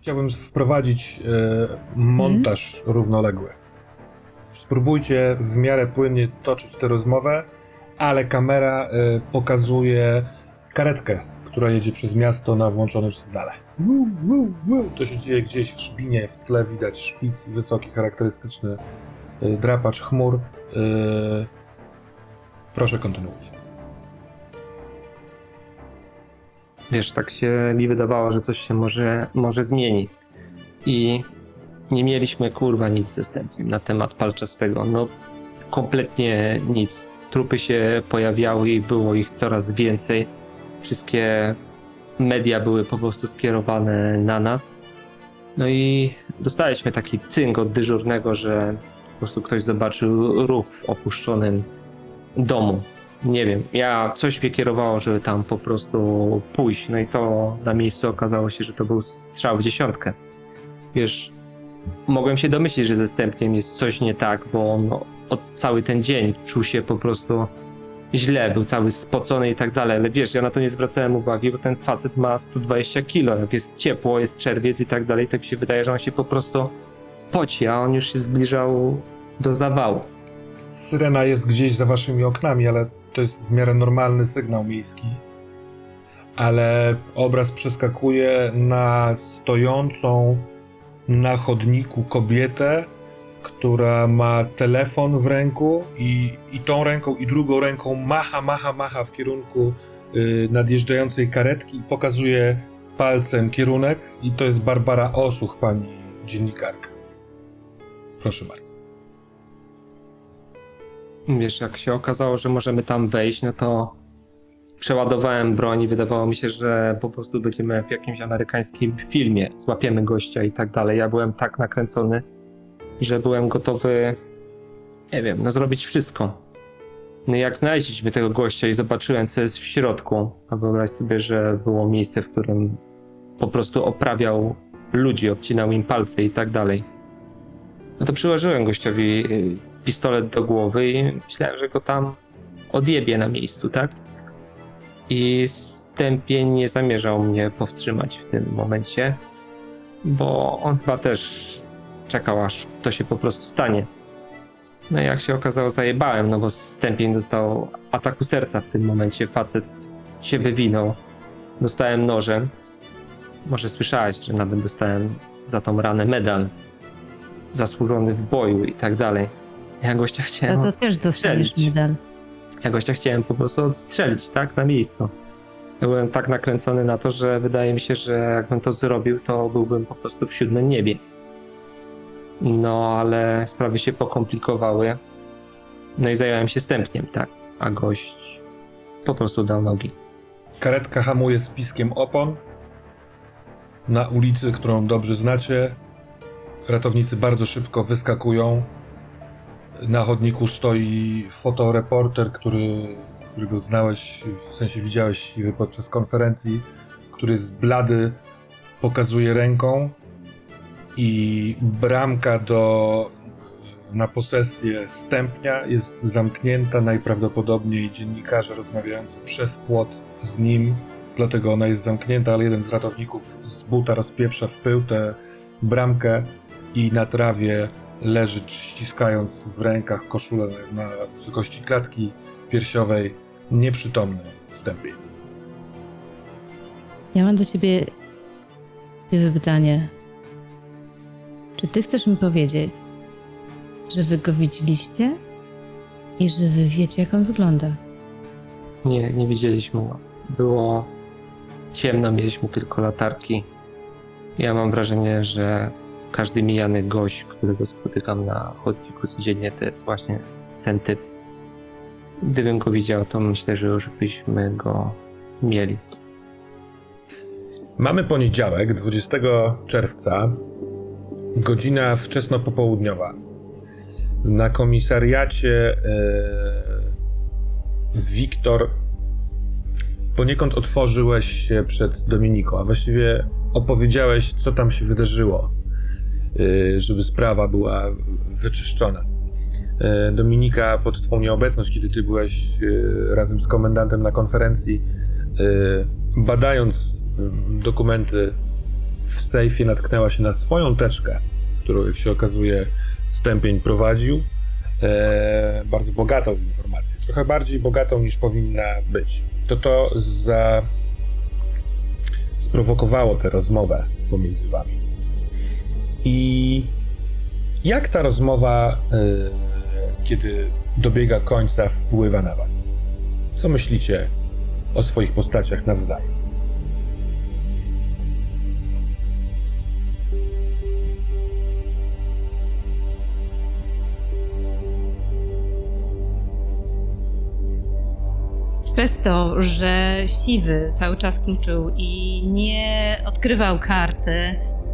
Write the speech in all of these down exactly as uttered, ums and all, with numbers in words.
chciałbym wprowadzić e, montaż hmm? równoległy. Spróbujcie w miarę płynnie toczyć tę rozmowę, ale kamera e, pokazuje karetkę, która jedzie przez miasto na włączonym sygnale. Woo, woo, woo. To się dzieje gdzieś w szpinie, w tle widać szpic, wysoki, charakterystyczny e, drapacz chmur. E, proszę kontynuować. Wiesz, tak się mi wydawało, że coś się może, może zmieni. I nie mieliśmy kurwa nic ze Stępniem na temat palczastego. No kompletnie nic. Trupy się pojawiały i było ich coraz więcej. Wszystkie media były po prostu skierowane na nas. No i dostaliśmy taki cynk od dyżurnego, że po prostu ktoś zobaczył ruch w opuszczonym domu. Nie wiem, ja coś mnie kierowało, żeby tam po prostu pójść, no i to na miejscu okazało się, że to był strzał w dziesiątkę. Wiesz, mogłem się domyślić, że ze Stępniem jest coś nie tak, bo on od cały ten dzień czuł się po prostu źle, był cały spocony i tak dalej, ale wiesz, ja na to nie zwracałem uwagi, bo ten facet ma sto dwadzieścia kilo, jak jest ciepło, jest czerwiec i tak dalej, tak mi się wydaje, że on się po prostu poci, a on już się zbliżał do zawału. Syrena jest gdzieś za waszymi oknami, ale to jest w miarę normalny sygnał miejski. Ale obraz przeskakuje na stojącą na chodniku kobietę, która ma telefon w ręku i, i tą ręką i drugą ręką macha, macha, macha w kierunku y, nadjeżdżającej karetki i pokazuje palcem kierunek i to jest Barbara Osuch, pani dziennikarka. Proszę bardzo. Wiesz, jak się okazało, że możemy tam wejść, no to przeładowałem broń i wydawało mi się, że po prostu będziemy w jakimś amerykańskim filmie, złapiemy gościa i tak dalej. Ja byłem tak nakręcony, że byłem gotowy, nie wiem, no zrobić wszystko. No i jak znaleźliśmy tego gościa i zobaczyłem, co jest w środku, a wyobraź sobie, że było miejsce, w którym po prostu oprawiał ludzi, obcinał im palce i tak dalej. No to przyłożyłem gościowi pistolet do głowy i myślałem, że go tam odjebie na miejscu, tak? I Stępień nie zamierzał mnie powstrzymać w tym momencie, bo on chyba też czekał, aż to się po prostu stanie. No i jak się okazało, zajebałem, no bo Stępień dostał ataku serca w tym momencie, facet się wywinął, dostałem nożem. Może słyszałeś, że nawet dostałem za tą ranę medal zasłużony w boju i tak dalej. Ja gościa chciałem to, to też dostaniesz medal. Ja gościa chciałem po prostu odstrzelić, tak, na miejscu. Ja byłem tak nakręcony na to, że wydaje mi się, że jakbym to zrobił, to byłbym po prostu w siódmym niebie. No, ale sprawy się pokomplikowały. No i zająłem się Stępniem, tak, a gość po prostu dał nogi. Karetka hamuje z piskiem opon. Na ulicy, którą dobrze znacie, ratownicy bardzo szybko wyskakują. Na chodniku stoi fotoreporter, który, którego znałeś, w sensie widziałeś siwy podczas konferencji, który jest blady, pokazuje ręką i bramka do, na posesję Stępnia jest zamknięta, najprawdopodobniej dziennikarze rozmawiający przez płot z nim, dlatego ona jest zamknięta, ale jeden z ratowników z buta rozpieprza w pył tę bramkę i na trawie leży, ściskając w rękach koszulę na wysokości klatki piersiowej, nieprzytomny Stępień. Ja mam do ciebie pytanie. Czy ty chcesz mi powiedzieć, że wy go widzieliście i że wy wiecie, jak on wygląda? Nie, nie widzieliśmy go. Było ciemno, mieliśmy tylko latarki. Ja mam wrażenie, że każdy mijany gość, którego spotykam na chodniku codziennie, to jest właśnie ten typ. Gdybym go widział, to myślę, że już byśmy go mieli. Mamy poniedziałek, dwudziestego czerwca, godzina wczesnopopołudniowa. Na komisariacie yy, Wiktor poniekąd otworzyłeś się przed Dominiką, a właściwie opowiedziałeś, co tam się wydarzyło, yy, żeby sprawa była wyczyszczona. Yy, Dominika, pod twą nieobecność, kiedy ty byłeś yy, razem z komendantem na konferencji, yy, badając dokumenty w sejfie natknęła się na swoją teczkę, którą, jak się okazuje, Stępień prowadził. E, bardzo bogatą w informację, trochę bardziej bogatą niż powinna być. To to za... sprowokowało tę rozmowę pomiędzy wami. I jak ta rozmowa, e, kiedy dobiega końca, wpływa na was? Co myślicie o swoich postaciach nawzajem? Przez to, że Siwy cały czas kluczył i nie odkrywał karty,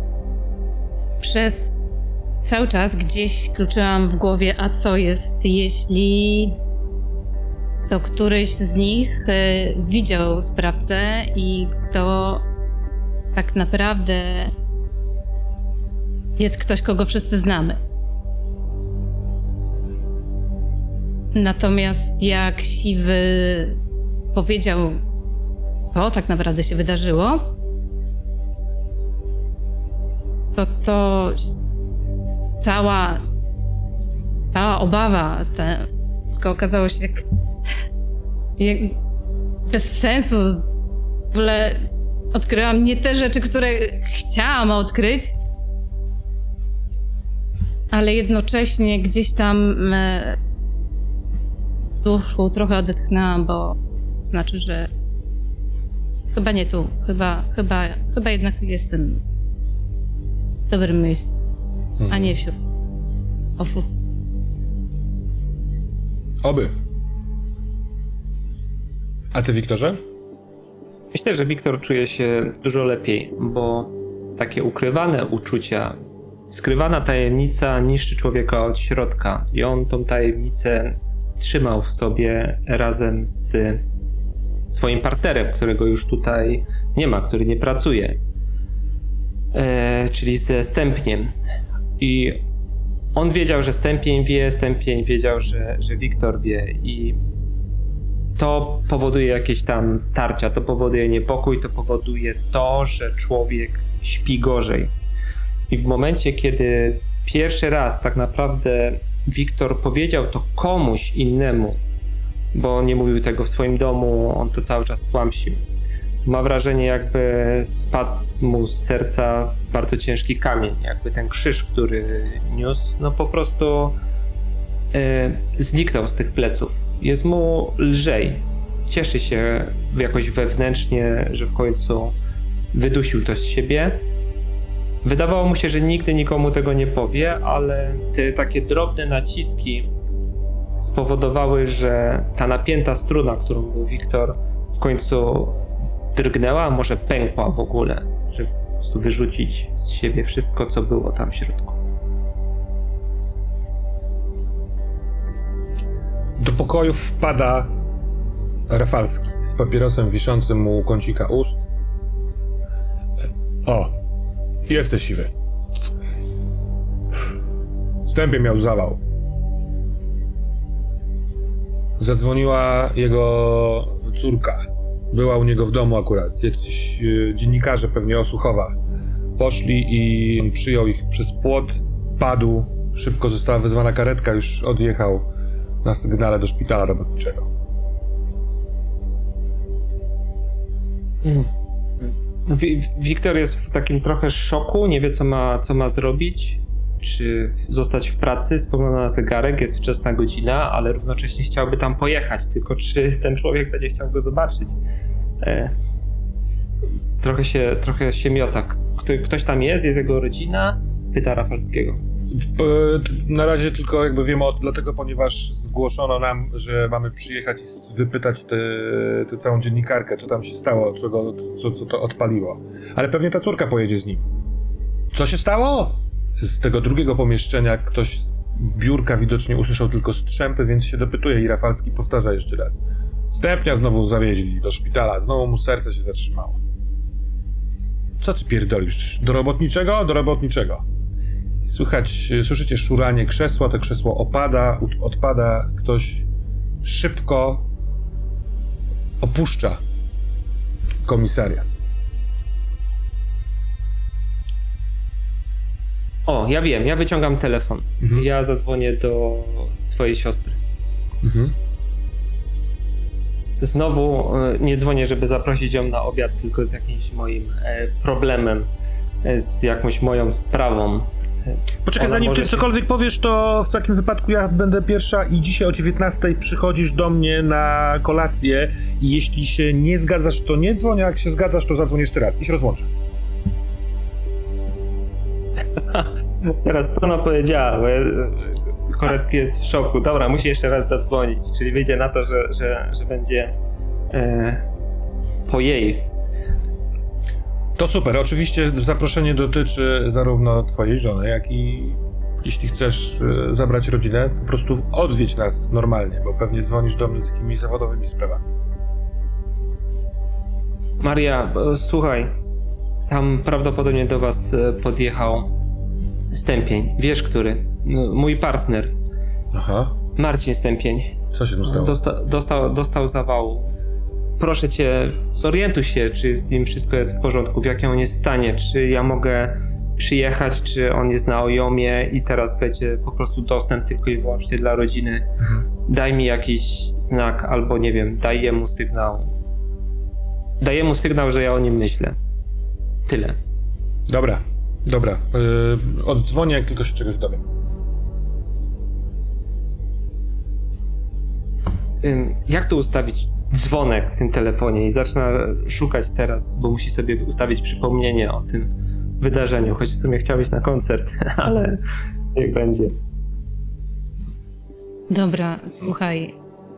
przez cały czas gdzieś kluczyłam w głowie, a co jest, jeśli to któryś z nich y, widział sprawcę i to tak naprawdę jest ktoś, kogo wszyscy znamy. Natomiast jak Siwy powiedział, co tak naprawdę się wydarzyło, to to cała, cała obawa, te, wszystko okazało się jak, jak bez sensu. W ogóle odkryłam nie te rzeczy, które chciałam odkryć, ale jednocześnie gdzieś tam e, w duchu trochę odetchnęłam, bo to znaczy, że chyba nie tu, chyba, chyba, chyba jednak jestem w dobrym miejscu, hmm. a nie wśród oszustów. Oby. A ty, Wiktorze? Myślę, że Wiktor czuje się dużo lepiej, bo takie ukrywane uczucia, skrywana tajemnica niszczy człowieka od środka i on tą tajemnicę trzymał w sobie razem z swoim partnerem, którego już tutaj nie ma, który nie pracuje, e, czyli ze Stępniem. I on wiedział, że Stępień wie, Stępień wiedział, że, że Wiktor wie i to powoduje jakieś tam tarcia, to powoduje niepokój, to powoduje to, że człowiek śpi gorzej. I w momencie, kiedy pierwszy raz tak naprawdę Wiktor powiedział to komuś innemu, bo nie mówił tego w swoim domu, on to cały czas tłamsił. Ma wrażenie, jakby spadł mu z serca bardzo ciężki kamień, jakby ten krzyż, który niósł, no po prostu e, zniknął z tych pleców. Jest mu lżej. Cieszy się jakoś wewnętrznie, że w końcu wydusił to z siebie. Wydawało mu się, że nigdy nikomu tego nie powie, ale te takie drobne naciski spowodowały, że ta napięta struna, którą był Wiktor, w końcu drgnęła, a może pękła w ogóle, żeby po prostu wyrzucić z siebie wszystko, co było tam w środku. Do pokoju wpada Rafalski z papierosem wiszącym mu u kącika ust. O, jesteś Siwy. Stępień miał zawał. Zadzwoniła jego córka. Była u niego w domu akurat. Jacyś dziennikarze, pewnie Osłuchowa, poszli i on przyjął ich przez płot. Padł. Szybko została wezwana karetka, już odjechał na sygnale do szpitala robotniczego. Mm. Wiktor jest w takim trochę szoku, nie wie co ma, co ma zrobić. Czy zostać w pracy, spogląda na zegarek, jest wczesna godzina, ale równocześnie chciałby tam pojechać, tylko czy ten człowiek będzie chciał go zobaczyć? E, trochę, się, trochę się miota. Kto, ktoś tam jest, jest jego rodzina? Pyta Rafalskiego. Na razie tylko jakby wiemy, o, dlatego ponieważ zgłoszono nam, że mamy przyjechać i wypytać tę całą dziennikarkę, co tam się stało, co, go, co, co to odpaliło. Ale pewnie ta córka pojedzie z nim. Co się stało? Z tego drugiego pomieszczenia ktoś z biurka widocznie usłyszał tylko strzępy, więc się dopytuje i Rafalski powtarza jeszcze raz. Stępnia znowu zawieźli do szpitala, znowu mu serce się zatrzymało. Co ty pierdolisz? Do robotniczego? Do robotniczego. Słychać, słyszycie szuranie krzesła, to krzesło opada, odpada, ktoś szybko opuszcza komisariat. O, ja wiem, ja wyciągam telefon. Mhm. Ja zadzwonię do swojej siostry. Mhm. Znowu e, nie dzwonię, żeby zaprosić ją na obiad, tylko z jakimś moim e, problemem, e, z jakąś moją sprawą. Poczekaj, Ona zanim ty może się- cokolwiek powiesz, to w takim wypadku ja będę pierwsza i dzisiaj o dziewiętnastej przychodzisz do mnie na kolację i jeśli się nie zgadzasz, to nie dzwoń, a jak się zgadzasz, to zadzwoń jeszcze raz i się rozłączę. Teraz co ona powiedziała, bo ja, Korecki jest w szoku. Dobra, musi jeszcze raz zadzwonić, czyli wyjdzie na to, że, że, że będzie e, po jej. To super. Oczywiście zaproszenie dotyczy zarówno twojej żony, jak i jeśli chcesz e, zabrać rodzinę, po prostu odwiedź nas normalnie, bo pewnie dzwonisz do mnie z jakimiś zawodowymi sprawami. Maria, e, słuchaj, tam prawdopodobnie do was e, podjechał Stępień. Wiesz, który? No, mój partner, Aha. Marcin Stępień. Co się tam stało? Dosta, dostał, dostał zawału. Proszę cię, zorientuj się, czy z nim wszystko jest w porządku, w jakim on jest stanie, czy ja mogę przyjechać, czy on jest na Ojomie i teraz będzie po prostu dostęp tylko i wyłącznie dla rodziny. Mhm. Daj mi jakiś znak, albo nie wiem, daj jemu sygnał. Daj jemu sygnał, że ja o nim myślę. Tyle. Dobra, dobra. Yy, oddzwonię, jak tylko się czegoś dowiem. Ym, Jak tu ustawić dzwonek w tym telefonie i zacznę szukać teraz, bo musi sobie ustawić przypomnienie o tym wydarzeniu, choć w sumie chciałeś na koncert, ale niech będzie. Dobra, słuchaj.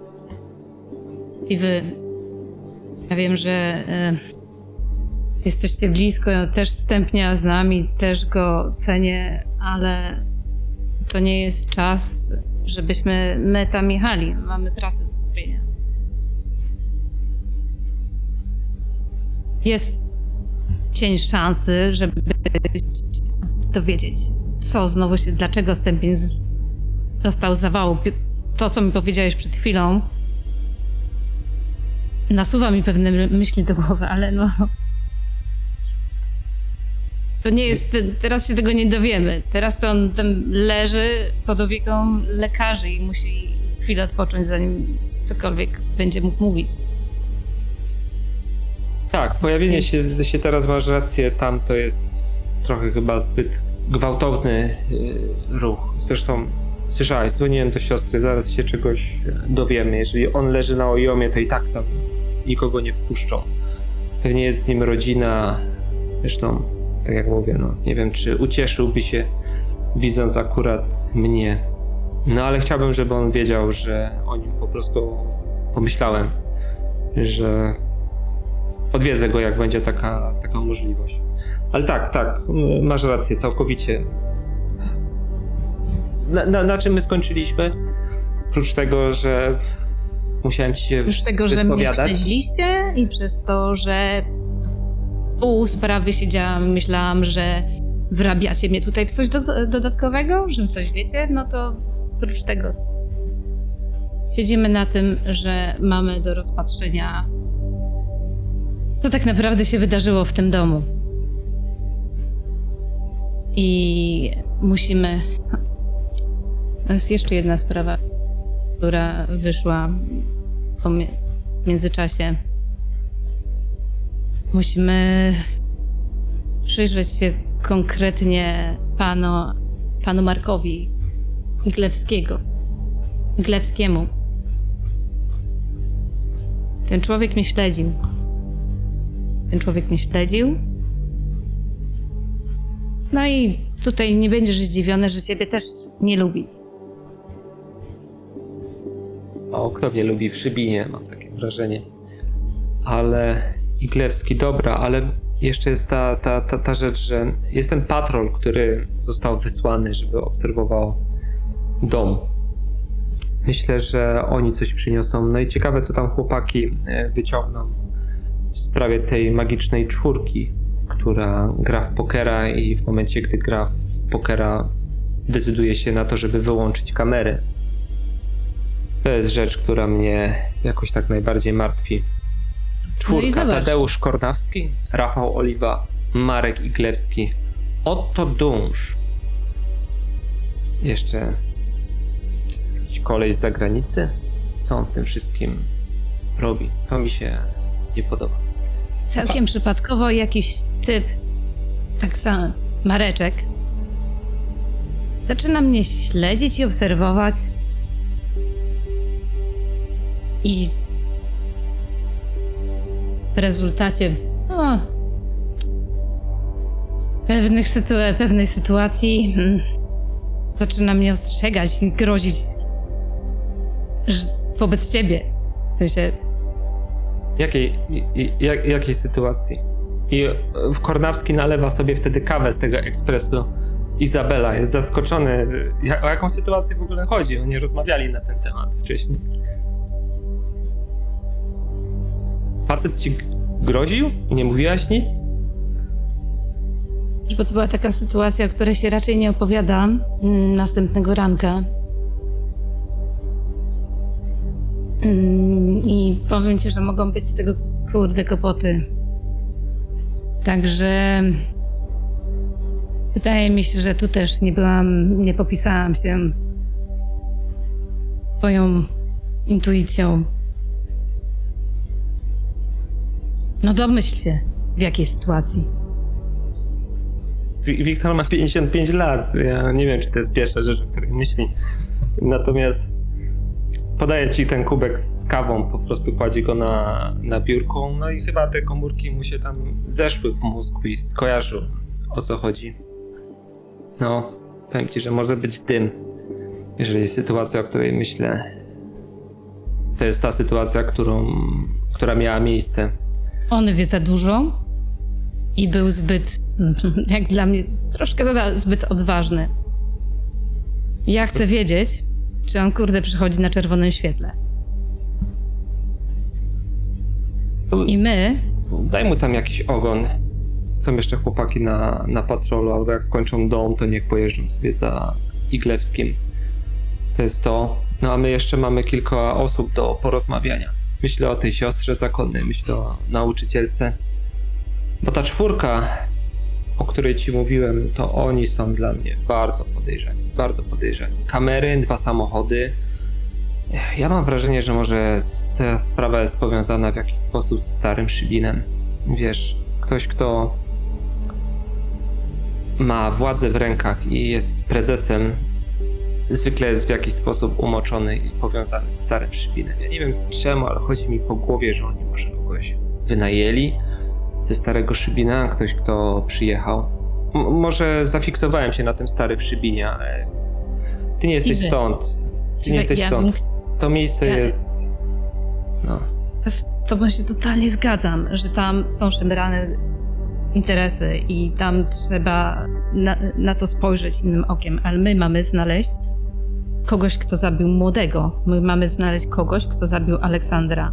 I wy. Ja wiem, że e, jesteście blisko, też Stępnia z nami, też go cenię, ale to nie jest czas, żebyśmy my tam jechali. Mamy pracę do zrobienia. Jest cień szansy, żeby dowiedzieć, co znowu się, dlaczego Stępień z, dostał zawału. To, co mi powiedziałeś przed chwilą, nasuwa mi pewne my- myśli do głowy, ale no... To nie jest... Teraz się tego nie dowiemy. Teraz to on tam leży pod opieką lekarzy i musi chwilę odpocząć, zanim cokolwiek będzie mógł mówić. Tak, pojawienie się, się teraz, masz rację, tam to jest trochę chyba zbyt gwałtowny yy, ruch. Zresztą słyszałeś, dzwoniłem do siostry, zaraz się czegoś dowiemy. Jeżeli on leży na Ojomie, to i tak tam nikogo nie wpuszczą. Pewnie jest z nim rodzina, zresztą, tak jak mówię, no nie wiem, czy ucieszyłby się, widząc akurat mnie. No ale chciałbym, żeby on wiedział, że o nim po prostu pomyślałem, że odwiedzę go, jak będzie taka, taka możliwość. Ale tak, tak, masz rację, całkowicie. Na, na, na czym my skończyliśmy? Oprócz tego, że musiałem ci się Już tego, że mnie wyspowiadać. śledziliście i przez to, że pół sprawy siedziałam, myślałam, że wrabiacie mnie tutaj w coś do, dodatkowego, że w coś wiecie, no to oprócz tego siedzimy na tym, że mamy do rozpatrzenia, co tak naprawdę się wydarzyło w tym domu. I musimy... To jest jeszcze jedna sprawa, która wyszła po mi- międzyczasie. Musimy przyjrzeć się konkretnie panu, panu Markowi Iglewskiego. Iglewskiemu. Ten człowiek mnie śledził. Ten człowiek mnie śledził. No i tutaj nie będziesz zdziwiony, że ciebie też nie lubi. O, kto mnie lubi w Szybinie, mam takie wrażenie. Ale Iglewski, dobra, ale jeszcze jest ta, ta, ta, ta rzecz, że jest ten patrol, który został wysłany, żeby obserwował dom. Myślę, że oni coś przyniosą. No i ciekawe, co tam chłopaki e, wyciągną w sprawie tej magicznej czwórki, która gra w pokera i w momencie, gdy gra w pokera, decyduje się na to, żeby wyłączyć kamery. To jest rzecz, która mnie jakoś tak najbardziej martwi. Czwórka, No i zobacz. Tadeusz Kornawski, Rafał Oliwa, Marek Iglewski, Otto Dąż, jeszcze jakiś koleś z zagranicy? Co on w tym wszystkim robi? To mi się nie podoba. Całkiem przypadkowo jakiś typ, tak samo Mareczek, zaczyna mnie śledzić i obserwować. I w rezultacie no, pewnych sytu- pewnej sytuacji hmm, zaczyna mnie ostrzegać i grozić że- wobec ciebie. W sensie, Jakiej, i- jak, jakiej sytuacji? I w Kornawski nalewa sobie wtedy kawę z tego ekspresu. Izabela jest zaskoczony. Ja- O jaką sytuację w ogóle chodzi? Oni rozmawiali na ten temat wcześniej. Facet ci g- groził i nie mówiłaś nic? bo to była taka sytuacja, o której się raczej nie opowiadam mm, następnego ranka. Mm, I powiem ci, że mogą być z tego kurde kłopoty. Także wydaje mi się, że tu też nie byłam, nie popisałam się twoją intuicją. No domyśl się, w jakiej sytuacji. Wi- Wiktor ma pięćdziesiąt pięć lat. Ja nie wiem, czy to jest pierwsza rzecz, o której myśli. Natomiast podaje ci ten kubek z kawą, po prostu kładzie go na, na biurku, no i chyba te komórki mu się tam zeszły w mózgu i skojarzył, o co chodzi. No, powiem ci, że może być dym, jeżeli sytuacja, o której myślę, to jest ta sytuacja, którą, która miała miejsce. On wie za dużo i był zbyt, jak dla mnie, troszkę za- zbyt odważny. Ja chcę wiedzieć, czy on kurde przychodzi na czerwonym świetle. I my, Daj mu tam jakiś ogon. Są jeszcze chłopaki na, na patrolu, albo jak skończą dom, to niech pojeżdżą sobie za Iglewskim. To jest to. No a my jeszcze mamy kilka osób do porozmawiania. Myślę o tej siostrze zakonnej, myślę o nauczycielce. Bo ta czwórka, o której ci mówiłem, to oni są dla mnie bardzo podejrzani. Bardzo podejrzani. Kamery, dwa samochody. Ja mam wrażenie, że może ta sprawa jest powiązana w jakiś sposób z starym Szybinem. Wiesz, ktoś, kto ma władzę w rękach i jest prezesem, zwykle jest w jakiś sposób umoczony i powiązany z starym Szybinem. Ja nie wiem czemu, ale chodzi mi po głowie, że oni może kogoś wynajęli ze starego Szybina, ktoś, kto przyjechał. M- może zafiksowałem się na tym starym Szybinie, ale ty nie jesteś Idę. stąd. Ty nie jesteś ja bym stąd. To miejsce Ja- jest... No. Z tobą się totalnie zgadzam, że tam są szemrane interesy i tam trzeba na, na to spojrzeć innym okiem, ale my mamy znaleźć kogoś, kto zabił młodego. My mamy znaleźć kogoś, kto zabił Aleksandra.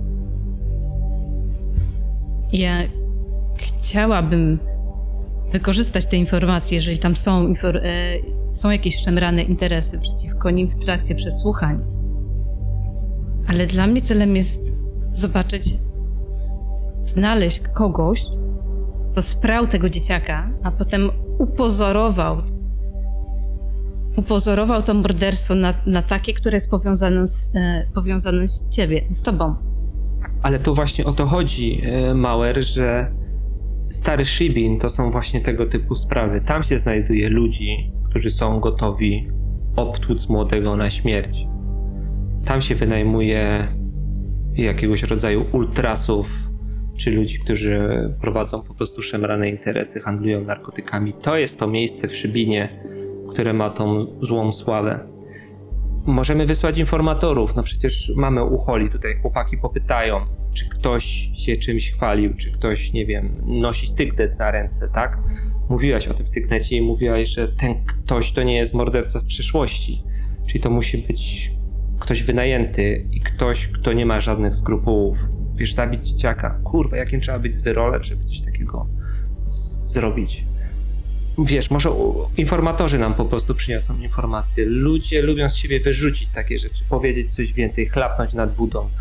Ja chciałabym wykorzystać te informacje, jeżeli tam są, infor- e, są jakieś szemrane interesy przeciwko nim w trakcie przesłuchań. Ale dla mnie celem jest zobaczyć, znaleźć kogoś, kto sprał tego dzieciaka, a potem upozorował upozorował to morderstwo na, na takie, które jest powiązane z, e, powiązane z ciebie, z tobą. Ale tu właśnie o to chodzi, e, Mauer, że stary Szybin to są właśnie tego typu sprawy. Tam się znajduje ludzi, którzy są gotowi obtłuc młodego na śmierć. Tam się wynajmuje jakiegoś rodzaju ultrasów, czy ludzi, którzy prowadzą po prostu szemrane interesy, handlują narkotykami. To jest to miejsce w Szybinie, które ma tą złą sławę. Możemy wysłać informatorów, no przecież mamy ucholi tutaj, chłopaki popytają, czy ktoś się czymś chwalił, czy ktoś, nie wiem, nosi sygnet na ręce, tak? Mówiłaś o tym sygnecie i mówiłaś, że ten ktoś to nie jest morderca z przeszłości, czyli to musi być ktoś wynajęty i ktoś, kto nie ma żadnych skrupułów. Wiesz, zabić dzieciaka. Kurwa, jakim trzeba być zwyrolem, żeby coś takiego z- zrobić. Wiesz, może u- informatorzy nam po prostu przyniosą informacje. Ludzie lubią z siebie wyrzucić takie rzeczy, powiedzieć coś więcej, chlapnąć nad wódą.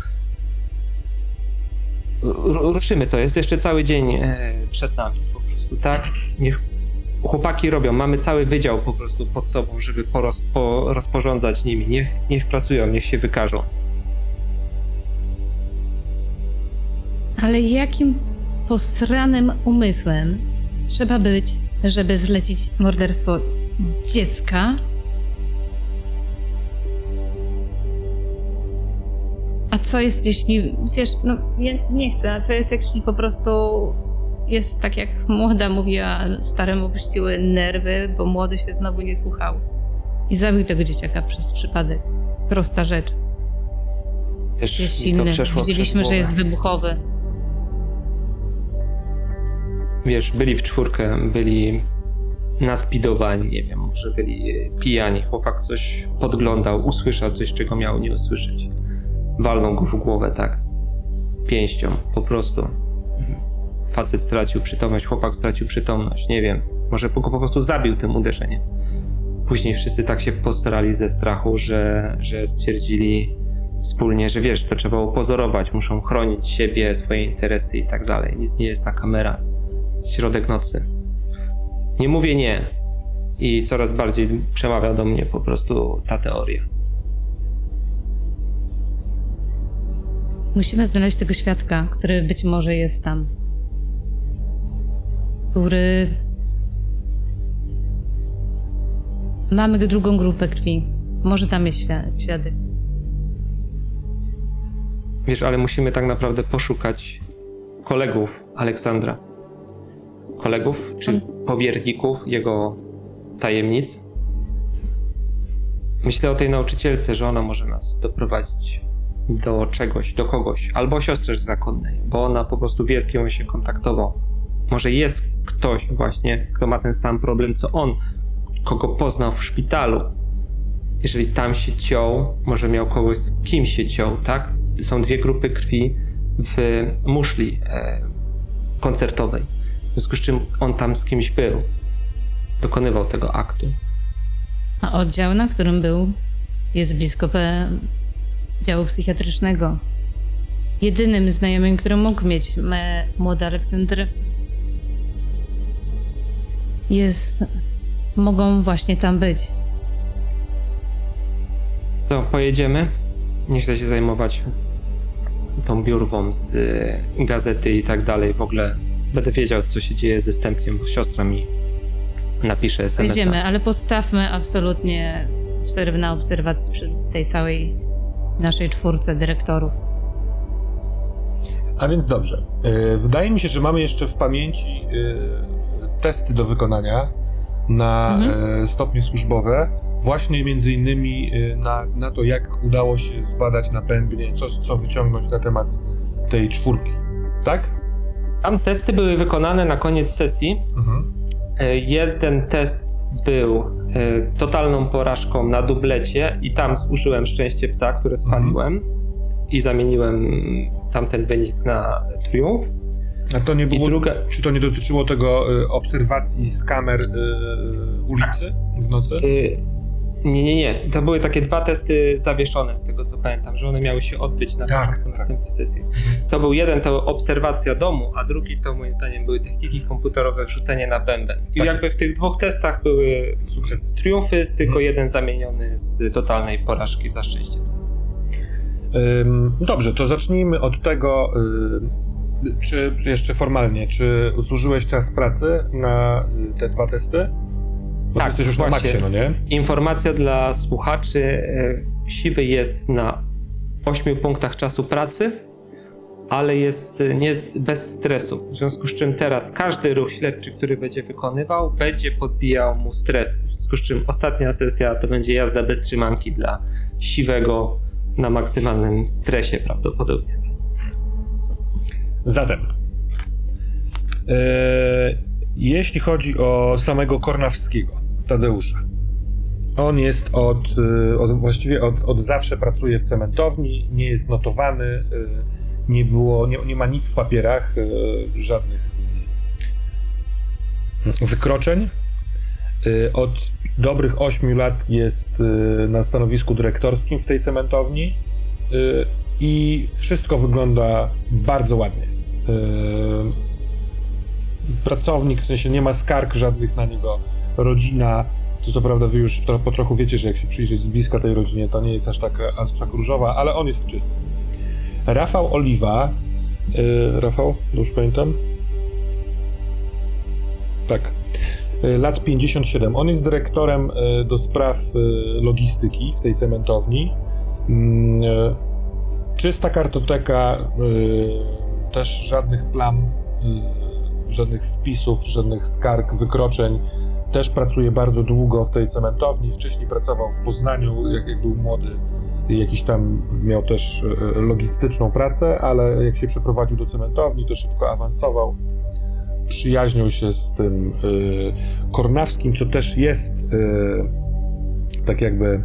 R- ruszymy to, jest jeszcze cały dzień e, przed nami po prostu, tak? Niech chłopaki robią, mamy cały wydział po prostu pod sobą, żeby poroz, porozporządzać nimi. Niech, niech pracują, niech się wykażą. Ale jakim posranym umysłem trzeba być, żeby zlecić morderstwo dziecka? A co jest, jeśli, wiesz, no ja nie chcę, a co jest, jeśli po prostu jest tak, jak młoda mówiła, staremu puściły nerwy, bo młody się znowu nie słuchał i zabił tego dzieciaka przez przypadek. Prosta rzecz. Wiesz, Jest mi to silny. przeszło Widzieliśmy, przez że jest głowę. wybuchowy. Wiesz, byli w czwórkę, byli naspidowani, nie wiem, może byli pijani. Chłopak coś podglądał, usłyszał coś, czego miał nie usłyszeć. Walnął go w głowę, tak. Pięścią, po prostu. Facet stracił przytomność, chłopak stracił przytomność, nie wiem. Może go po prostu zabił tym uderzeniem. Później wszyscy tak się postarali ze strachu, że, że stwierdzili wspólnie, że wiesz, to trzeba upozorować, muszą chronić siebie, swoje interesy i tak dalej. Nic nie jest na kamerach. Środek nocy. Nie mówię nie. I coraz bardziej przemawia do mnie po prostu ta teoria. Musimy znaleźć tego świadka, który być może jest tam. Który... Mamy drugą grupę krwi. Może tam jest świ- świadek. Wiesz, ale musimy tak naprawdę poszukać kolegów Aleksandra. Kolegów czy powierników jego tajemnic. Myślę o tej nauczycielce, że ona może nas doprowadzić do czegoś, do kogoś. Albo siostrze zakonnej, bo ona po prostu wie, z kim on się kontaktował. Może jest ktoś właśnie, kto ma ten sam problem, co on, kogo poznał w szpitalu. Jeżeli tam się ciął, może miał kogoś, z kim się ciął, tak? Są dwie grupy krwi w muszli e, koncertowej. W związku z czym on tam z kimś był. Dokonywał tego aktu. A oddział, na którym był, jest blisko pe- działu psychiatrycznego. Jedynym znajomym, który mógł mieć me- młody Aleksander, jest... mogą właśnie tam być. To pojedziemy. Nie chcę się zajmować tą biurwą z y, gazety i tak dalej. W ogóle będę wiedział, co się dzieje ze Stępkiem. Siostra mi napisze es em es a. Jedziemy, ale postawmy absolutnie przerwę na obserwacji przy tej całej naszej czwórce dyrektorów. A więc dobrze. Yy, wydaje mi się, że mamy jeszcze w pamięci yy, testy do wykonania na Mhm. yy, stopnie służbowe. Właśnie między innymi yy, na, na to, jak udało się zbadać na bębnie, co, co wyciągnąć na temat tej czwórki. Tak? Tam testy były wykonane na koniec sesji. Mhm. E, Jeden test był e, totalną porażką na dublecie i tam zużyłem szczęście psa, które spaliłem i zamieniłem tamten wynik na triumf. A to nie było, druga- czy to nie dotyczyło tego y, obserwacji z kamer y, ulicy w nocy? Y, Nie, nie, nie. To były takie dwa testy zawieszone, z tego co pamiętam, że one miały się odbyć na Tak, początku tak. następnej sesji. To był jeden, to obserwacja domu, a drugi to moim zdaniem były techniki komputerowe, wrzucenie na bęben. I Tak jakby jest. w tych dwóch testach były Sukces. triumfy, tylko Mhm. jeden zamieniony z totalnej porażki za szczęście. Ym, dobrze, to zacznijmy od tego, y, czy jeszcze formalnie, czy zużyłeś czas pracy na y, te dwa testy? Bo ty Tak, jesteś już na właśnie. maksie, no nie? Informacja dla słuchaczy. e, Siwy jest na ośmiu punktach czasu pracy, ale jest e, nie, bez stresu. W związku z czym teraz każdy ruch śledczy, który będzie wykonywał, będzie podbijał mu stres. W związku z czym ostatnia sesja to będzie jazda bez trzymanki dla Siwego na maksymalnym stresie prawdopodobnie. Zatem, y, jeśli chodzi o samego Kornawskiego, Tadeusza, on jest od, y, od właściwie od, od zawsze pracuje w cementowni, nie jest notowany, y, nie było, nie, nie ma nic w papierach, y, żadnych y, wykroczeń. Y, od dobrych ośmiu lat jest y, na stanowisku dyrektorskim w tej cementowni y, i wszystko wygląda bardzo ładnie. Y, pracownik, w sensie nie ma skarg żadnych na niego, rodzina, to co prawda wy już to, po trochu wiecie, że jak się przyjrzeć z bliska tej rodzinie, to nie jest aż tak, aż tak różowa, ale on jest czysty. Rafał Oliwa, yy, Rafał, już pamiętam? Tak, yy, lat pięćdziesiąt siedem, on jest dyrektorem yy, do spraw yy, logistyki w tej cementowni. Yy, czysta kartoteka, yy, też żadnych plam, yy, żadnych wpisów, żadnych skarg, wykroczeń. Też pracuje bardzo długo w tej cementowni. Wcześniej pracował w Poznaniu, jak, jak był młody. Jakiś tam miał też yy, logistyczną pracę, ale jak się przeprowadził do cementowni, to szybko awansował. Przyjaźnił się z tym yy, Kornawskim, co też jest yy, tak jakby...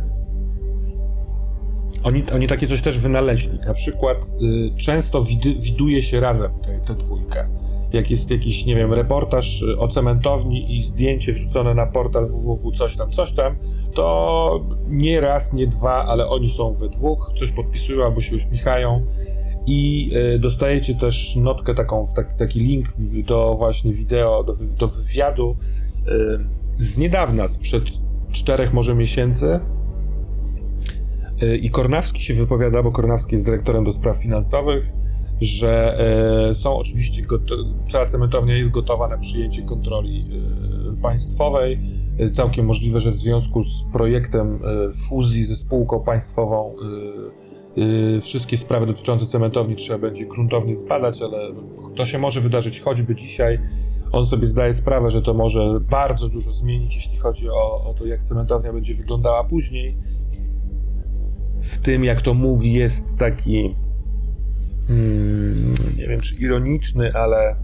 Oni, oni takie coś też wynaleźli. Na przykład y, często widy, widuje się razem tę dwójkę. Jak jest jakiś, nie wiem, reportaż o cementowni i zdjęcie wrzucone na portal www coś tam, coś tam, to nie raz, nie dwa, ale oni są we dwóch, coś podpisują albo się uśmiechają i y, dostajecie też notkę taką, taki, taki link do właśnie wideo, do, do wywiadu y, z niedawna, sprzed czterech może miesięcy. I Kornawski się wypowiada, bo Kornawski jest dyrektorem do spraw finansowych, że e, są oczywiście, goto- cała cementownia jest gotowa na przyjęcie kontroli e, państwowej. E, całkiem możliwe, że w związku z projektem e, fuzji ze spółką państwową e, e, wszystkie sprawy dotyczące cementowni trzeba będzie gruntownie zbadać, ale to się może wydarzyć choćby dzisiaj. On sobie zdaje sprawę, że to może bardzo dużo zmienić, jeśli chodzi o, o to, jak cementownia będzie wyglądała później. W tym, jak to mówi, jest taki, hmm, nie wiem czy ironiczny, ale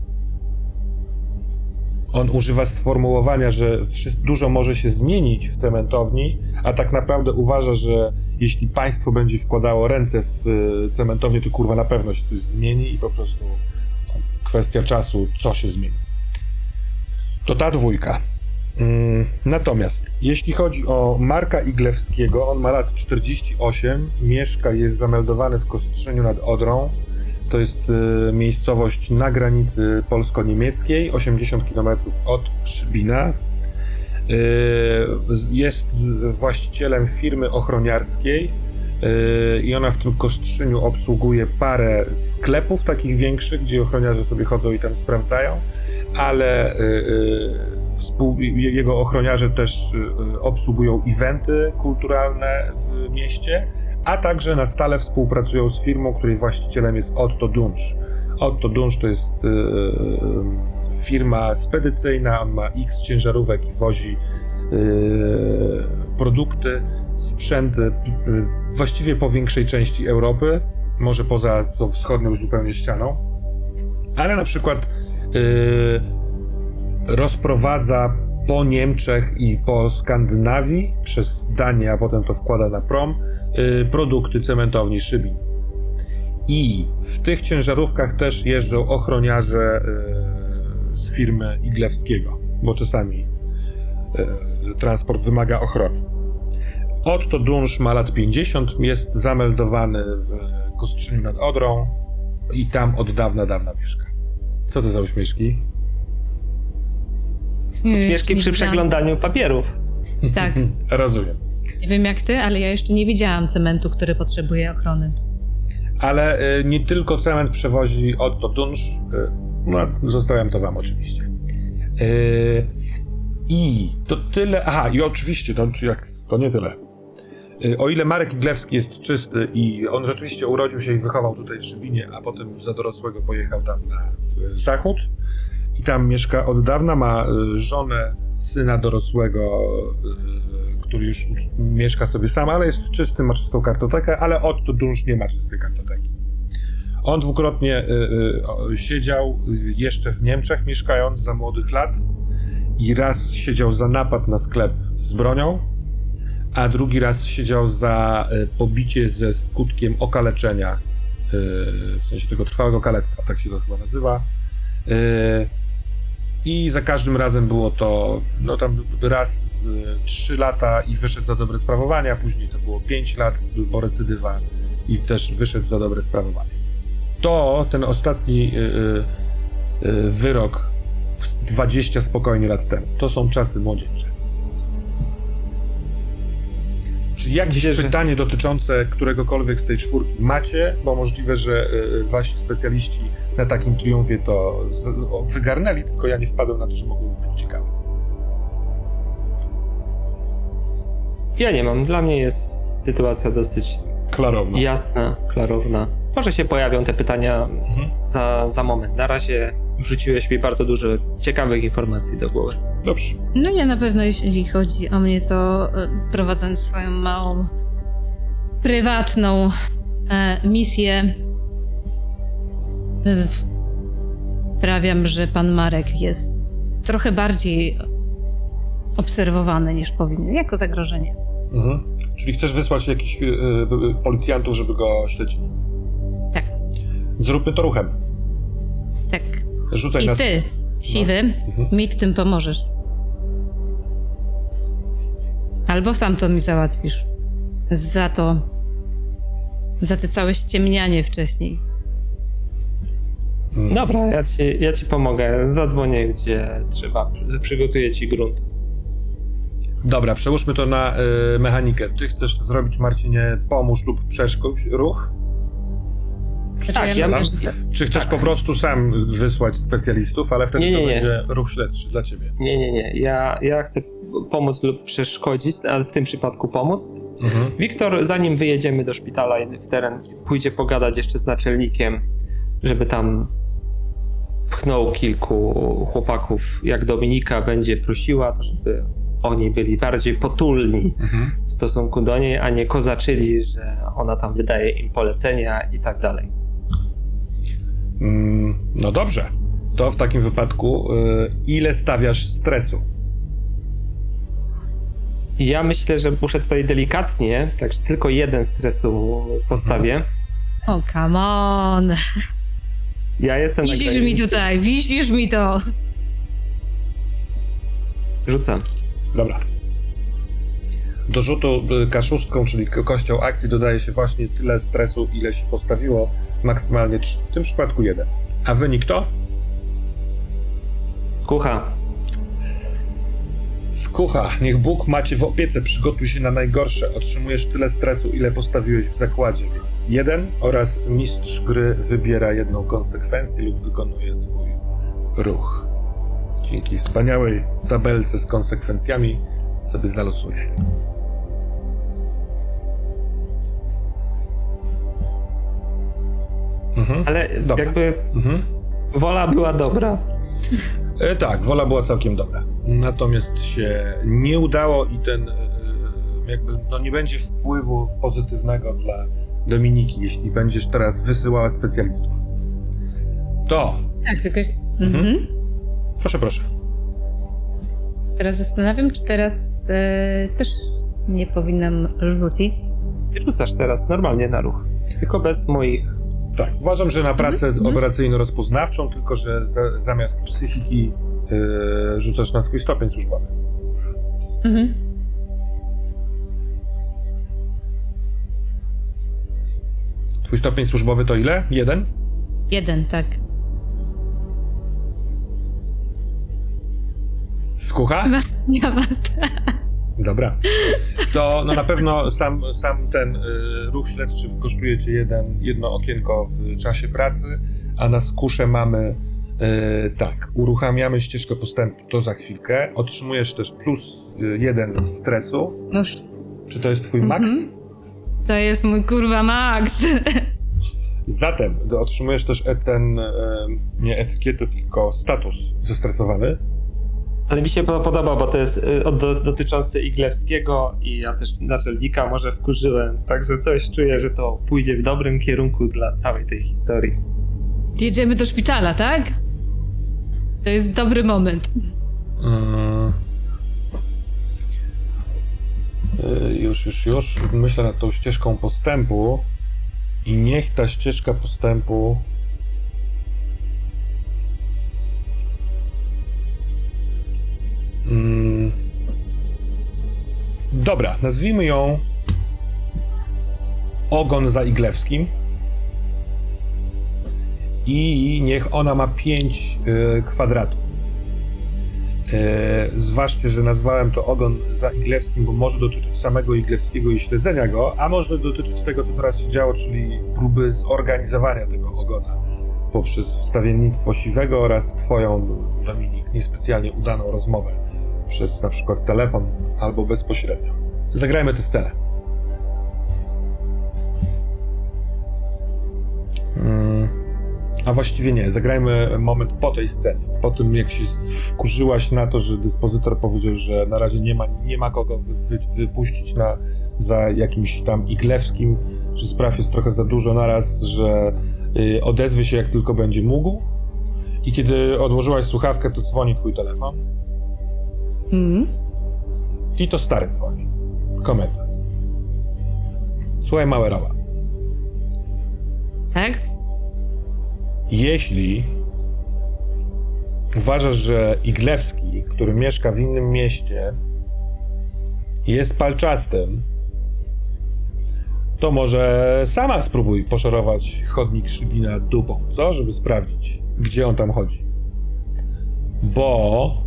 on używa sformułowania, że dużo może się zmienić w cementowni, a tak naprawdę uważa, że jeśli państwo będzie wkładało ręce w cementownię, to kurwa na pewno się coś zmieni i po prostu kwestia czasu, co się zmieni. To ta dwójka. Natomiast jeśli chodzi o Marka Iglewskiego, on ma lat czterdzieści osiem, mieszka, jest zameldowany w Kostrzyniu nad Odrą. To jest y, miejscowość na granicy polsko-niemieckiej, osiemdziesiąt kilometrów od Szybina. Y, jest właścicielem firmy ochroniarskiej y, i ona w tym Kostrzyniu obsługuje parę sklepów takich większych, gdzie ochroniarze sobie chodzą i tam sprawdzają, ale y, y, Współ, jego ochroniarze też y, obsługują eventy kulturalne w mieście, a także na stale współpracują z firmą, której właścicielem jest Otto Dunsz. Otto Dunsz to jest y, y, firma spedycyjna, on ma X ciężarówek i wozi y, produkty, sprzęty y, właściwie po większej części Europy, może poza tą wschodnią zupełnie ścianą, ale na przykład y, rozprowadza po Niemczech i po Skandynawii, przez Danię, a potem to wkłada na prom, yy, produkty cementowni Szybin. I w tych ciężarówkach też jeżdżą ochroniarze yy, z firmy Iglewskiego, bo czasami yy, transport wymaga ochrony. Otto Dunsz ma lat pięćdziesiąt, jest zameldowany w Kostrzyniu nad Odrą i tam od dawna, dawna mieszka. Co to za uśmieszki? Śmieszki przy przeglądaniu papierów. Tak. Rozumiem. Nie wiem jak ty, ale ja jeszcze nie widziałam cementu, który potrzebuje ochrony. Ale y, nie tylko cement przewozi Otto Dunsz. Y, no, zostawiam to wam oczywiście. Y, I to tyle. Aha, i oczywiście, to, jak, to nie tyle. Y, o ile Marek Iglewski jest czysty i on rzeczywiście urodził się i wychował tutaj w Szybinie, a potem za dorosłego pojechał tam na w Zachód. I tam mieszka od dawna, ma żonę, syna dorosłego, który już mieszka sobie sam, ale jest czysty, ma czystą kartotekę, ale Otto Dunsz nie ma czystej kartoteki. On dwukrotnie y, y, siedział jeszcze w Niemczech, mieszkając za młodych lat, i raz siedział za napad na sklep z bronią, a drugi raz siedział za y, pobicie ze skutkiem okaleczenia, y, w sensie tego trwałego kalectwa, tak się to chyba nazywa. Y, I za każdym razem było to, no tam raz trzy lata i wyszedł za dobre sprawowanie, a później to było pięć lat, bo recydywa i też wyszedł za dobre sprawowanie. To ten ostatni y, y, wyrok dwadzieścia spokojnie lat temu. To są czasy młodzieńcze. Czy jakieś Myślę, że- pytanie dotyczące któregokolwiek z tej czwórki macie? Bo możliwe, że y, wasi specjaliści na takim triumfie to z, o, wygarnęli, tylko ja nie wpadłem na to, że mogłoby być ciekawe. Ja nie mam. Dla mnie jest sytuacja dosyć Klarowno. jasna, klarowna. Może się pojawią te pytania Mhm. za, za moment. Na razie wrzuciłeś mi bardzo dużo ciekawych informacji do głowy. Dobrze. No ja na pewno, jeśli chodzi o mnie, to e, prowadząc swoją małą, prywatną e, misję, e, sprawiam, że pan Marek jest trochę bardziej obserwowany niż powinien, jako zagrożenie. Mhm. Czyli chcesz wysłać jakichś y, y, policjantów, żeby go śledzili? Tak, Zróbmy to ruchem. tak. Rzucaj I nas. ty, siwy, Mhm. mi w tym pomożesz. Albo sam to mi załatwisz. Za to, za te całe ściemnianie wcześniej. Mm. Dobra, ja ci, ja ci pomogę. Zadzwonię, gdzie trzeba. Przygotuję ci grunt. Dobra, przełóżmy to na y, mechanikę. Ty chcesz zrobić, Marcinie, pomóż lub przeszkodź ruch? Tak, Znaczy, ja mówię, mam- że- Czy chcesz po prostu sam wysłać specjalistów, ale wtedy Nie, nie, to nie. będzie ruch śledczy dla ciebie? Nie, nie, nie. Ja, ja chcę pomóc lub przeszkodzić, ale w tym przypadku pomóc. Mhm. Wiktor, zanim wyjedziemy do szpitala i w teren, pójdzie pogadać jeszcze z naczelnikiem, żeby tam pchnął kilku chłopaków, jak Dominika będzie prosiła, to żeby oni byli bardziej potulni Mhm. w stosunku do niej, a nie kozaczyli, że ona tam wydaje im polecenia i tak dalej. Mm, no dobrze. To w takim wypadku y, ile stawiasz stresu? I ja myślę, że muszę tutaj delikatnie, także tylko jeden stresu postawię. O, come on. Ja jestem na Wisisz granicy. mi tutaj, wisisz mi to. Rzucam. Dobra. Do rzutu y, K sześć, czyli ko- kością akcji, dodaje się właśnie tyle stresu, ile się postawiło. Maksymalnie trzy. W tym przypadku jeden. A wynik to? Kucha. Skucha, niech Bóg macie w opiece, przygotuj się na najgorsze. Otrzymujesz tyle stresu, ile postawiłeś w zakładzie, więc jeden oraz mistrz gry wybiera jedną konsekwencję lub wykonuje swój ruch. Dzięki wspaniałej tabelce z konsekwencjami sobie zalosuję. Mhm. Ale Dobra. jakby Mhm. wola była dobra. E, tak, wola była całkiem dobra. Natomiast się nie udało i ten e, jakby no nie będzie wpływu pozytywnego dla Dominiki, jeśli będziesz teraz wysyłała specjalistów. To, Tak, tylko... Mhm. Mhm. proszę, proszę. Teraz zastanawiam, czy teraz e, też nie powinnam rzucić. Rzucasz teraz normalnie na ruch. Tylko bez moich. Tak, uważam, że na pracę Mhm. operacyjno-rozpoznawczą, tylko że za, zamiast psychiki e, rzucasz na swój stopień służbowy. Mhm. Twój stopień służbowy to ile? Jeden? Jeden, tak. Skucha? Nie ma. Dobra. To no na pewno sam, sam ten y, ruch śledczy kosztuje cię jeden, jedno okienko w czasie pracy, a na skusze mamy y, tak, uruchamiamy ścieżkę postępu, to za chwilkę. Otrzymujesz też plus y, jeden stresu. Noż, Czy to jest twój maks? Mhm. to jest mój kurwa max. Zatem do- otrzymujesz też e, ten, y, nie etykietę, tylko status zestresowany. Ale mi się to podoba, bo to jest y, od- do, dotyczący Iglewskiego i ja też naczelnika może wkurzyłem. Także coś czuję, że to pójdzie w dobrym kierunku dla całej tej historii. Jedziemy do szpitala, tak? To jest dobry moment. Mm. Y, Już, już, już. Myślę nad tą ścieżką postępu i niech ta ścieżka postępu mm. Dobra, nazwijmy ją Ogon za Iglewskim i niech ona ma pięć y, kwadratów. E, zważcie, że nazwałem to ogon za Iglewskim, bo może dotyczyć samego Iglewskiego i śledzenia go, a może dotyczyć tego, co teraz się działo, czyli próby zorganizowania tego ogona poprzez wstawiennictwo Siwego oraz twoją, Dominik, niespecjalnie udaną rozmowę przez na przykład telefon albo bezpośrednio. Zagrajmy tę scenę. Hmm. A właściwie nie, zagrajmy moment po tej scenie. Po tym, jak się wkurzyłaś na to, że dyspozytor powiedział, że na razie nie ma, nie ma kogo wy, wy, wypuścić na, za jakimś tam Iglewskim, że spraw jest trochę za dużo naraz, że y, odezwie się jak tylko będzie mógł. I kiedy odłożyłaś słuchawkę, to dzwoni twój telefon. Mhm. I to stary dzwoni. Komendant. Słuchaj, Małerowa. Tak? Jeśli uważasz, że Iglewski, który mieszka w innym mieście, jest palczastym, to może sama spróbuj poszorować chodnik Szybina dupą, co? Żeby sprawdzić, gdzie on tam chodzi. Bo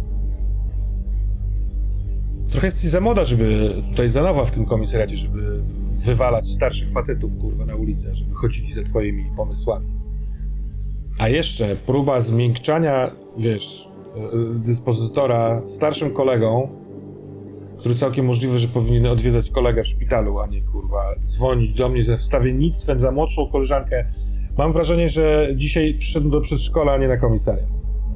trochę jesteś za młoda, żeby tutaj za nowa w tym komisariacie, żeby wywalać starszych facetów, kurwa, na ulicę, żeby chodzili za twoimi pomysłami. A jeszcze próba zmiękczania, wiesz, dyspozytora starszym kolegą, który całkiem możliwe, że powinien odwiedzać kolegę w szpitalu, a nie, kurwa, dzwonić do mnie ze wstawiennictwem za młodszą koleżankę. Mam wrażenie, że dzisiaj przyszedł do przedszkola, a nie na komisariat.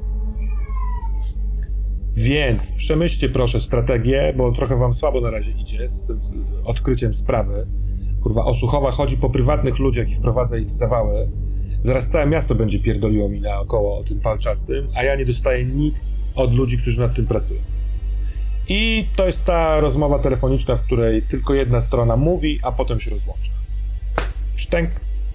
Więc przemyślcie proszę strategię, bo trochę wam słabo na razie idzie z tym odkryciem sprawy. Kurwa, Osuchowa chodzi po prywatnych ludziach i wprowadza ich w zawały. Zaraz całe miasto będzie pierdoliło mi naokoło o tym palczastym, a ja nie dostaję nic od ludzi, którzy nad tym pracują. I to jest ta rozmowa telefoniczna, w której tylko jedna strona mówi, a potem się rozłącza. Sztęk.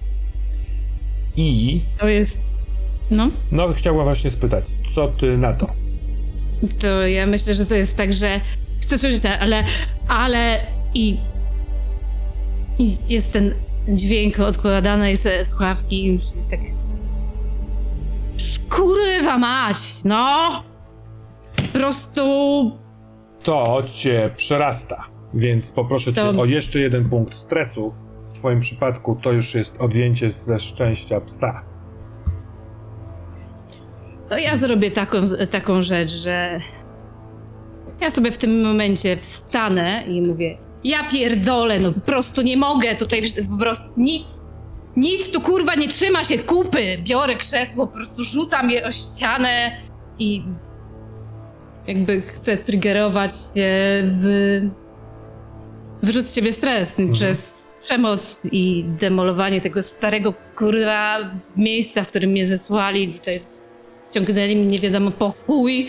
I... To jest... No? No, chciałbym właśnie spytać, co ty na to? To ja myślę, że to jest tak, że chcę coś, ale... Ale... I... I jest ten dźwięk odkładanej ze słuchawki i jest tak... Kurwa mać, no! Po prostu... To cię przerasta, więc poproszę To- cię o jeszcze jeden punkt stresu. W twoim przypadku to już jest odjęcie ze szczęścia psa. To ja zrobię taką, taką rzecz, że ja sobie w tym momencie wstanę i mówię, ja pierdolę, no po prostu nie mogę tutaj, po prostu nic, nic tu kurwa nie trzyma się kupy. Biorę krzesło, po prostu rzucam je o ścianę i jakby chcę triggerować się w wyrzuć z siebie stres Mhm. przez przemoc i demolowanie tego starego kurwa miejsca, w którym mnie zesłali. Tutaj ciągnęli mnie nie wiadomo po chuj.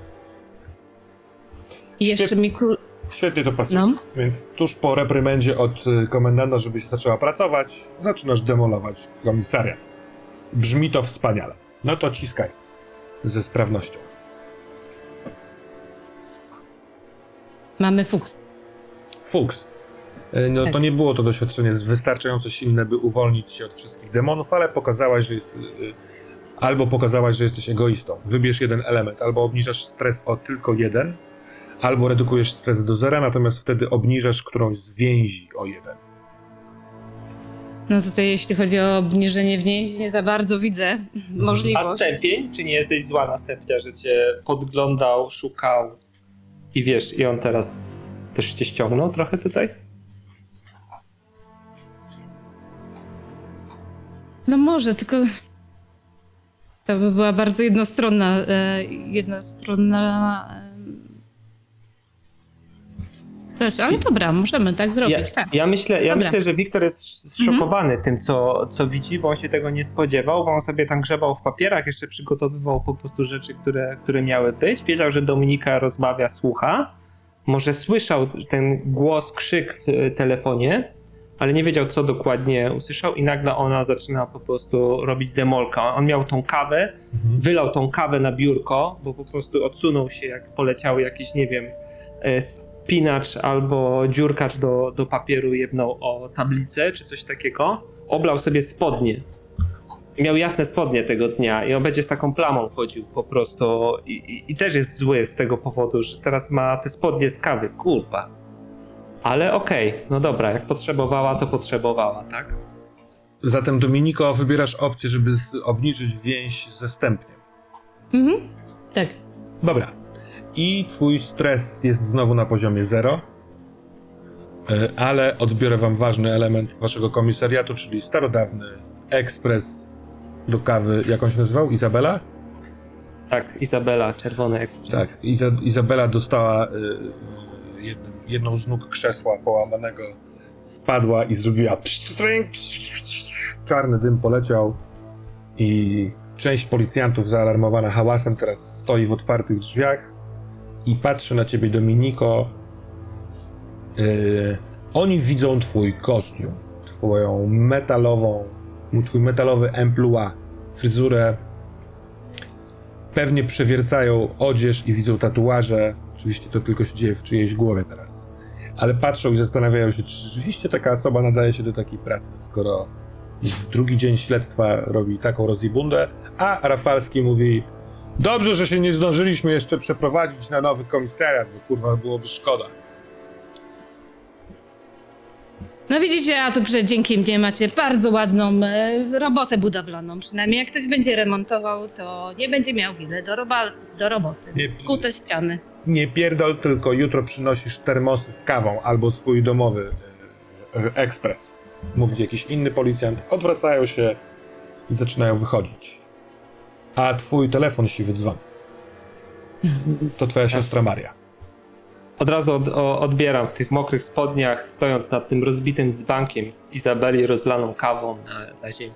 I jeszcze Świetnie. mi kur... Świetnie to pasuje. No. Więc tuż po reprymendzie od y, komendanta, żeby się zaczęła pracować, zaczynasz demolować komisariat. Brzmi to wspaniale. No to ciskaj. Ze sprawnością. Mamy fuks. Fuks. Y, No to Tak. nie było to doświadczenie wystarczająco silne, by uwolnić się od wszystkich demonów, ale pokazałaś, że jest... y, Albo pokazałaś, że jesteś egoistą. Wybierz jeden element. Albo obniżasz stres o tylko jeden, albo redukujesz stres do zera, natomiast wtedy obniżasz którąś z więzi o jeden. No tutaj jeśli chodzi o obniżenie więzi, nie za bardzo widzę A możliwość. stępień? Czy nie jesteś zła na stępnia, że cię podglądał, szukał i wiesz, i on teraz też cię ściągnął trochę tutaj? No może, tylko to by była bardzo jednostronna, e, jednostronna e, rzecz, ale dobra, możemy tak zrobić, Ja, tak. ja, myślę, ja Dobra. myślę, że Wiktor jest zszokowany tym, co, co widzi, bo on się tego nie spodziewał, bo on sobie tam grzebał w papierach, jeszcze przygotowywał po prostu rzeczy, które, które miały być. Wiedział, że Dominika rozmawia, słucha. Może słyszał ten głos, krzyk w telefonie, ale nie wiedział, co dokładnie usłyszał i nagle ona zaczyna po prostu robić demolkę. On miał tą kawę, Mhm. wylał tą kawę na biurko, bo po prostu odsunął się, jak poleciały jakieś, nie wiem, e, spinacz albo dziurkacz do, do papieru, jebnął o tablicę czy coś takiego. Oblał sobie spodnie miał jasne spodnie tego dnia i on będzie z taką plamą chodził po prostu i, i, i też jest zły z tego powodu, że teraz ma te spodnie z kawy, kurwa. Ale okej, okay, no dobra, jak potrzebowała, to potrzebowała, tak? Zatem, Dominiko, wybierasz opcję, żeby z- obniżyć więź ze stępniem. Mhm. Tak. Dobra. I twój stres jest znowu na poziomie zero. E, Ale odbiorę wam ważny element waszego komisariatu, czyli starodawny ekspres do kawy. Jak on się nazywał? Izabela? Tak, Izabela, Czerwony Ekspres. Tak. Iza- Izabela dostała y, y, jednym, jedną z nóg krzesła połamanego, spadła i zrobiła pstręk, czarny dym poleciał i część policjantów zaalarmowana hałasem teraz stoi w otwartych drzwiach i patrzy na ciebie, Dominiko. Yy, oni widzą twój kostium, twoją metalową, twój metalowy emploi, fryzurę. Pewnie przewiercają odzież i widzą tatuaże. Oczywiście to tylko się dzieje w czyjejś głowie teraz. Ale patrzą i zastanawiają się, czy rzeczywiście taka osoba nadaje się do takiej pracy, skoro w drugi dzień śledztwa robi taką rozjebundę, a Rafalski mówi: dobrze, że się nie zdążyliśmy jeszcze przeprowadzić na nowy komisariat, bo kurwa byłoby szkoda. No widzicie, a tu przecież dzięki mnie macie bardzo ładną e, robotę budowlaną. Przynajmniej jak ktoś będzie remontował, to nie będzie miał wiele do, roba, do roboty. Nie- Kute ściany. Nie pierdol, tylko jutro przynosisz termosy z kawą albo swój domowy e, e, ekspres. Mówi jakiś inny policjant, odwracają się i zaczynają wychodzić. A twój telefon siwy dzwoni. To twoja siostra Maria. Od razu od, o, odbieram w tych mokrych spodniach, stojąc nad tym rozbitym dzbankiem z Izabeli rozlaną kawą na, na ziemi.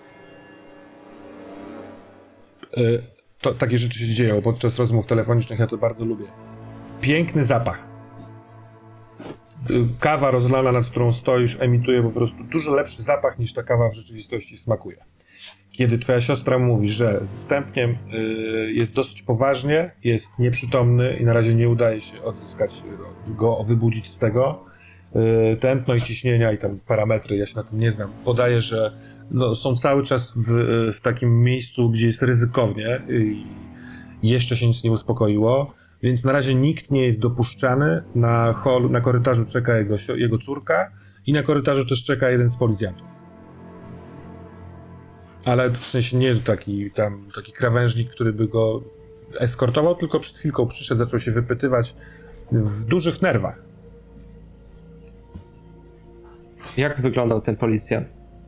Y, to, takie rzeczy się dzieją podczas rozmów telefonicznych, ja to bardzo lubię. Piękny zapach. Y, Kawa rozlana, nad którą stoisz, emituje po prostu dużo lepszy zapach, niż ta kawa w rzeczywistości smakuje. Kiedy twoja siostra mówi, że ze stępniem y, jest dosyć poważnie, jest nieprzytomny i na razie nie udaje się odzyskać, y, go wybudzić z tego, y, tętno i ciśnienia i tam parametry, ja się na tym nie znam, podaje, że no, są cały czas w, w takim miejscu, gdzie jest ryzykownie i jeszcze się nic nie uspokoiło, więc na razie nikt nie jest dopuszczany. Na, hol, na korytarzu czeka jego, sio- jego córka i na korytarzu też czeka jeden z policjantów. Ale w sensie nie taki tam taki krawężnik, który by go eskortował, tylko przed chwilką przyszedł, zaczął się wypytywać w dużych nerwach. Jak wyglądał ten policjant?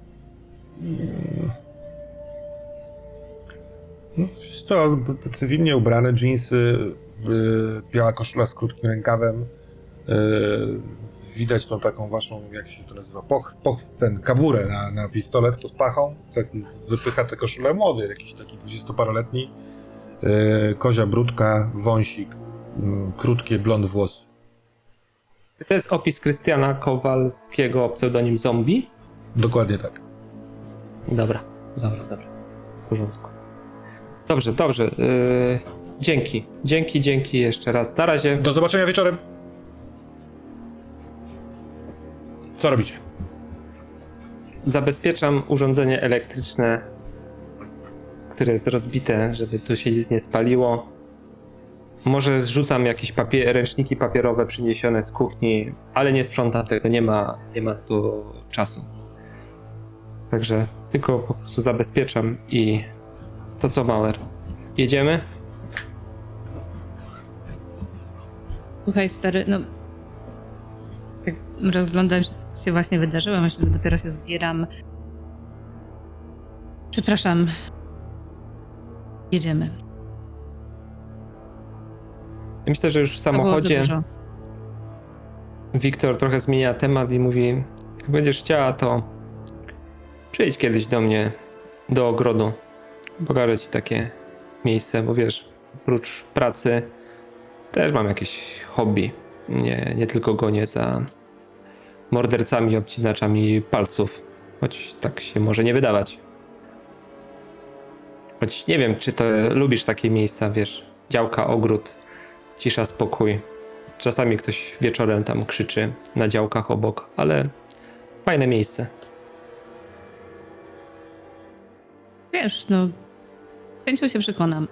No, wiesz co, b- b- cywilnie ubrane, dżinsy, y, biała koszula z krótkim rękawem. Y, widać tą taką waszą, jak się to nazywa, poch, poch, ten kaburę na, na pistolet pod pachą. Tak wypycha tę koszulę, młody, jakiś taki dwudziestoparoletni. Y, kozia brudka, wąsik, y, krótkie blond włosy. To jest opis Krystiana Kowalskiego, pseudonim Zombie? Dokładnie tak. Dobra, dobra, dobra. W porządku. Dobrze, dobrze. Yy, dzięki, dzięki, dzięki jeszcze raz. Na razie. Do zobaczenia wieczorem. Co robicie? Zabezpieczam urządzenie elektryczne, które jest rozbite, żeby tu się nic nie spaliło. Może zrzucam jakieś papier, ręczniki papierowe przyniesione z kuchni, ale nie sprzątam tego, nie ma, nie ma tu czasu. Także tylko po prostu zabezpieczam i to co, Mauer? Jedziemy? Słuchaj, stary, no... Tak rozglądam się, co się właśnie wydarzyło. Myślę, że dopiero się zbieram. Przepraszam. Jedziemy. Myślę, że już w To było za samochodzie dużo. Wiktor trochę zmienia temat i mówi: jak będziesz chciała, to przyjdź kiedyś do mnie do ogrodu. Pokażę ci takie miejsce, bo wiesz, oprócz pracy też mam jakieś hobby. Nie, nie tylko gonię za mordercami, obcinaczami palców. Choć tak się może nie wydawać. Choć nie wiem, czy to lubisz takie miejsca, wiesz, działka, ogród, cisza, spokój. Czasami ktoś wieczorem tam krzyczy na działkach obok, ale fajne miejsce. wiesz, no, z chęcią się przekonam.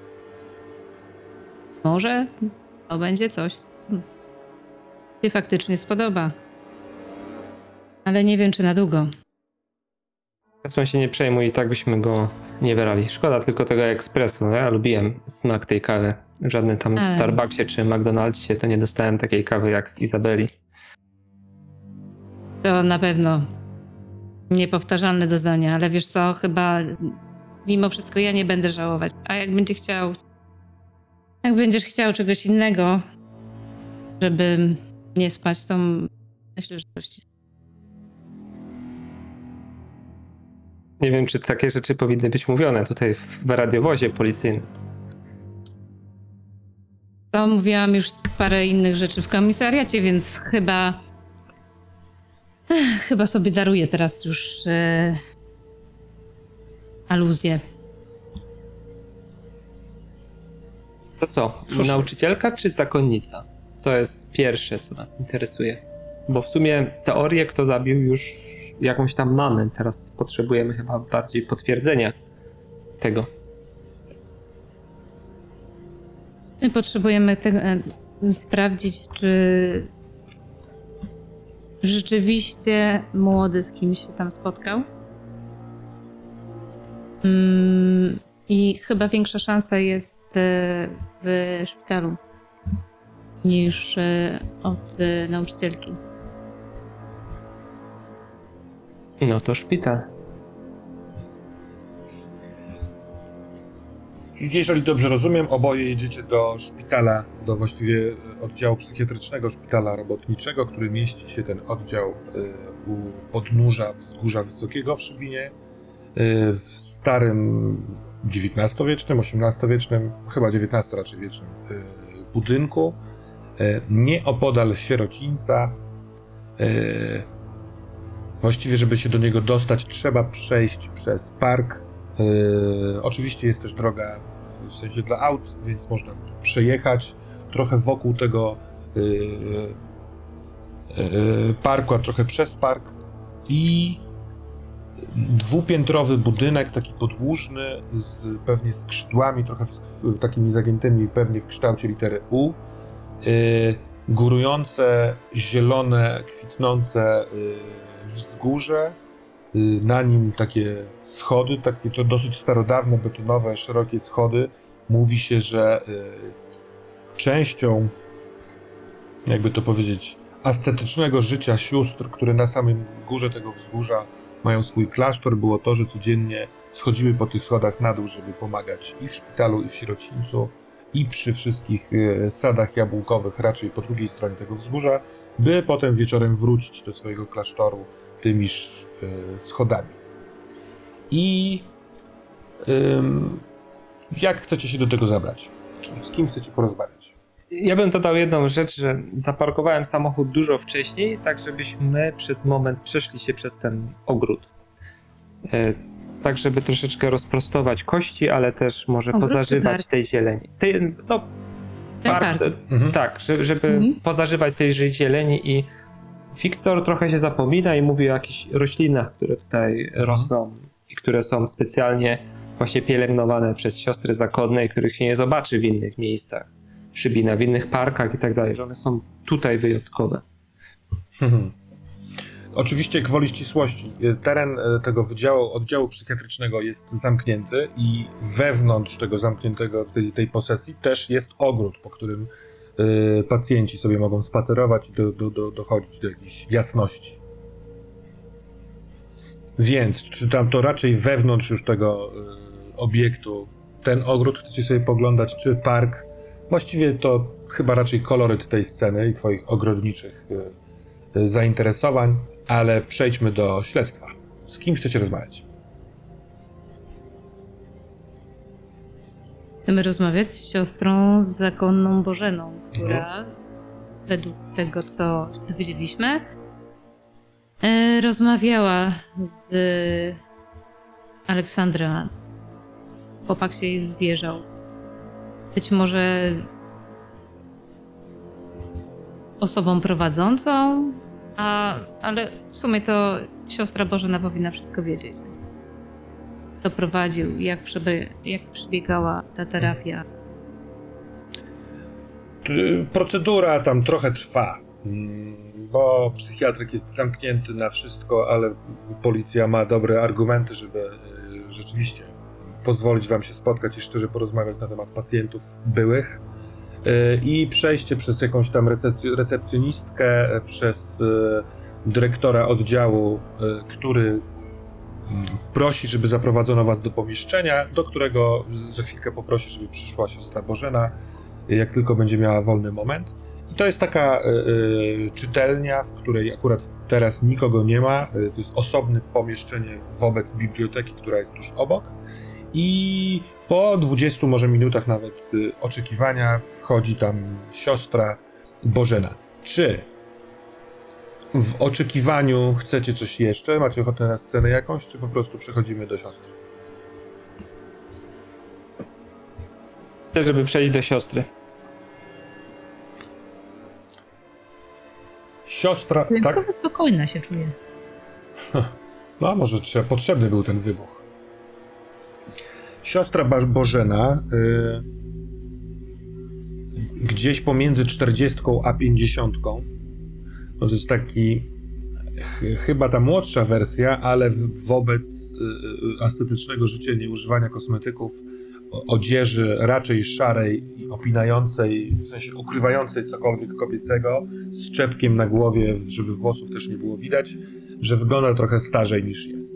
Może to będzie coś, co się faktycznie spodoba. Ale nie wiem, czy na długo. Kasman się nie przejmuj, i tak byśmy go nie brali. Szkoda tylko tego ekspresu. Ja lubiłem smak tej kawy. W żadnym tam Ale- Starbucksie czy McDonald'sie to nie dostałem takiej kawy jak z Izabeli. To na pewno niepowtarzalne doznanie, ale wiesz co, chyba mimo wszystko ja nie będę żałować. A jak będzie chciał, jak będziesz chciał czegoś innego, żeby nie spać, to myślę, że coś ci... Nie wiem, czy takie rzeczy powinny być mówione tutaj w radiowozie policyjnym. To mówiłam już parę innych rzeczy w komisariacie, więc chyba Ech, chyba sobie daruję teraz już e, aluzję. To co? Cóż- Nauczycielka czy zakonnica? Co jest pierwsze, co nas interesuje? Bo w sumie teorię, kto zabił, już jakąś tam mamy. Teraz potrzebujemy chyba bardziej potwierdzenia tego. My potrzebujemy tego, e, sprawdzić, czy rzeczywiście młody z kimś się tam spotkał. Mm, I chyba większa szansa jest e, w szpitalu niż e, od e, nauczycielki. No to szpital. Jeżeli dobrze rozumiem, oboje jedziecie do szpitala, do właściwie oddziału psychiatrycznego szpitala robotniczego, który mieści się ten oddział y, u podnóża wzgórza Wysokiego w Szybinie, y, w starym dziewiętnastowiecznym, osiemnastowiecznym, chyba dziewiętnasto raczej wiecznym y, budynku, y, nieopodal sierocińca. Y, właściwie, żeby się do niego dostać, trzeba przejść przez park. Yy, oczywiście jest też droga w sensie dla aut, więc można przejechać trochę wokół tego yy, yy, parku, a trochę przez park. I dwupiętrowy budynek, taki podłużny, z pewnie skrzydłami, trochę w, w, takimi zagiętymi pewnie w kształcie litery U. Yy, górujące, zielone, kwitnące yy, wzgórze. Na nim takie schody, takie to dosyć starodawne, betonowe, szerokie schody. Mówi się, że y, częścią, jakby to powiedzieć, ascetycznego życia sióstr, które na samym górze tego wzgórza mają swój klasztor, było to, że codziennie schodziły po tych schodach na dół, żeby pomagać i w szpitalu, i w sierocińcu, i przy wszystkich y, sadach jabłkowych, raczej po drugiej stronie tego wzgórza, by potem wieczorem wrócić do swojego klasztoru tymiż y, schodami. I ym, jak chcecie się do tego zabrać? Czyli z kim chcecie porozmawiać? Ja bym dodał jedną rzecz, że zaparkowałem samochód dużo wcześniej, tak żebyśmy przez moment przeszli się przez ten ogród. E, tak, żeby troszeczkę rozprostować kości, ale też może Ogród czy pozażywać park? tej zieleni. Tej, no, Ten park, park. e, Mhm. tak, żeby, żeby Mhm. pozażywać tej zieleni i Wiktor trochę się zapomina i mówi o jakichś roślinach, które tutaj Mhm. rosną i które są specjalnie właśnie pielęgnowane przez siostry zakonne i których się nie zobaczy w innych miejscach. Szybina, w innych parkach i tak dalej, że one są tutaj wyjątkowe. Mhm. Oczywiście gwoli ścisłości. Teren y, tego wydziału, oddziału psychiatrycznego jest zamknięty i wewnątrz tego zamkniętego, tej, tej posesji też jest ogród, po którym y, pacjenci sobie mogą spacerować i do, do, do, dochodzić do jakiejś jasności. Więc, czy tam to raczej wewnątrz już tego y, obiektu, ten ogród chcecie sobie poglądać, czy park? Właściwie to chyba raczej koloryt tej sceny i twoich ogrodniczych y, y, zainteresowań, ale przejdźmy do śledztwa. Z kim chcecie rozmawiać? Chcemy rozmawiać z siostrą zakonną Bożeną, która według tego, co dowiedzieliśmy, e, rozmawiała z Aleksandrem. Chłopak się jej zwierzał. Być może osobą prowadzącą, a, ale w sumie to siostra Bożena powinna wszystko wiedzieć. to prowadził, jak, przeby, jak przebiegała ta terapia. T- Procedura tam trochę trwa, mm, bo psychiatryk jest zamknięty na wszystko, ale policja ma dobre argumenty, żeby y, rzeczywiście pozwolić wam się spotkać i szczerze porozmawiać na temat pacjentów byłych. Y, I przejście przez jakąś tam recep- recepcjonistkę, y, przez y, dyrektora oddziału, y, który y, prosi, żeby zaprowadzono was do pomieszczenia, do którego za chwilkę poprosi, żeby przyszła siostra Bożena, jak tylko będzie miała wolny moment. I to jest taka y, y, czytelnia, w której akurat teraz nikogo nie ma. Y, to jest osobne pomieszczenie wobec biblioteki, która jest tuż obok. I po dwudziestu może minutach nawet y, oczekiwania wchodzi tam siostra Bożena. Czy w oczekiwaniu chcecie coś jeszcze? Macie ochotę na scenę jakąś, czy po prostu przechodzimy do siostry? Chcę, żeby przejść do siostry. Siostra, tak? Wyjątkowo spokojna się czuję. No, a może trzeba, potrzebny był ten wybuch. Siostra Ba- Bożena y, gdzieś pomiędzy czterdziestką a pięćdziesiątką. No to jest taki ch, chyba ta młodsza wersja, ale w, wobec y, y, ascetycznego życia, nieużywania kosmetyków, o, odzieży raczej szarej i opinającej, w sensie ukrywającej cokolwiek kobiecego, z czepkiem na głowie, żeby włosów też nie było widać, że wygląda trochę starzej niż jest.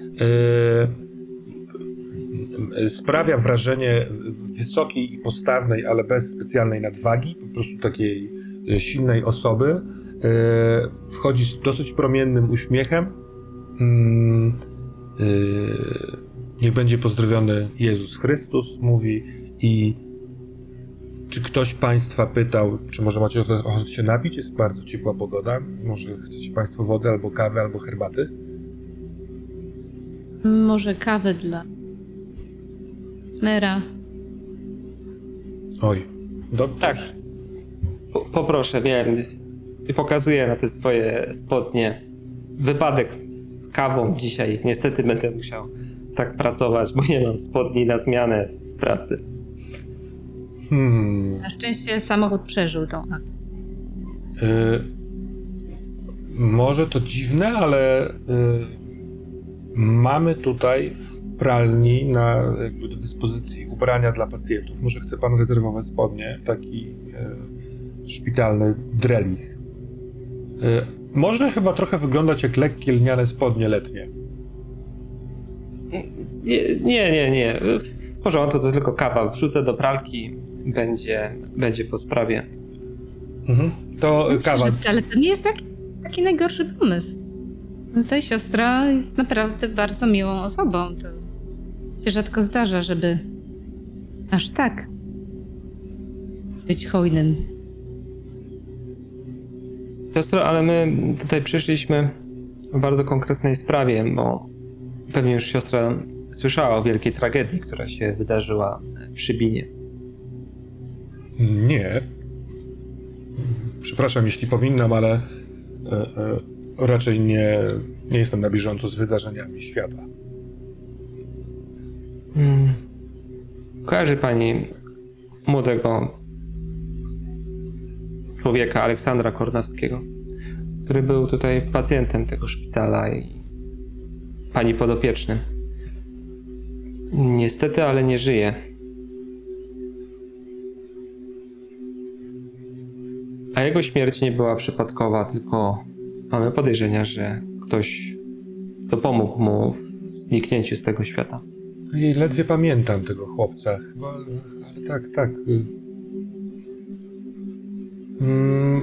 Yy, sprawia wrażenie wysokiej i postawnej, ale bez specjalnej nadwagi, po prostu takiej silnej osoby. Yy, wchodzi z dosyć promiennym uśmiechem. Yy, yy, niech będzie pozdrowiony Jezus Chrystus, mówi. I czy ktoś Państwa pytał, czy może macie ochotę, ochotę się napić? Jest bardzo ciepła pogoda. Może chcecie Państwo wody, albo kawy, albo herbaty? Może kawę dla Mera. Oj, do, Tak. Po, poproszę, wiem. I pokazuję na te swoje spodnie. Wypadek z kawą dzisiaj. Niestety będę musiał tak pracować, bo nie mam spodni na zmianę w pracy. Hmm. Na szczęście samochód przeżył tą akcję. Y, może to dziwne, ale y, mamy tutaj w pralni na jakby do dyspozycji ubrania dla pacjentów. Może chce pan rezerwowe spodnie, taki y, szpitalny drelich. Y, może chyba trochę wyglądać jak lekkie lniane spodnie letnie. Nie, nie, nie, nie. W porządku, to tylko kawa. Wrzucę do pralki, będzie, będzie po sprawie. Mhm. To y, kawa. Ale to nie jest taki, taki najgorszy pomysł. No ta siostra jest naprawdę bardzo miłą osobą. To się rzadko zdarza, żeby aż tak być hojnym. Siostro, ale my tutaj przyszliśmy w bardzo konkretnej sprawie, bo pewnie już siostra słyszała o wielkiej tragedii, która się wydarzyła w Szybinie. Nie. Przepraszam, jeśli powinnam, ale e, e, raczej nie, nie jestem na bieżąco z wydarzeniami świata. Hmm. Kojarzy pani młodego człowieka, Aleksandra Kornawskiego, który był tutaj pacjentem tego szpitala i pani podopieczny. Niestety, ale nie żyje. A jego śmierć nie była przypadkowa, tylko mamy podejrzenia, że ktoś dopomógł mu w zniknięciu z tego świata. I ledwie pamiętam tego chłopca. Chyba, ale tak, tak. Mm.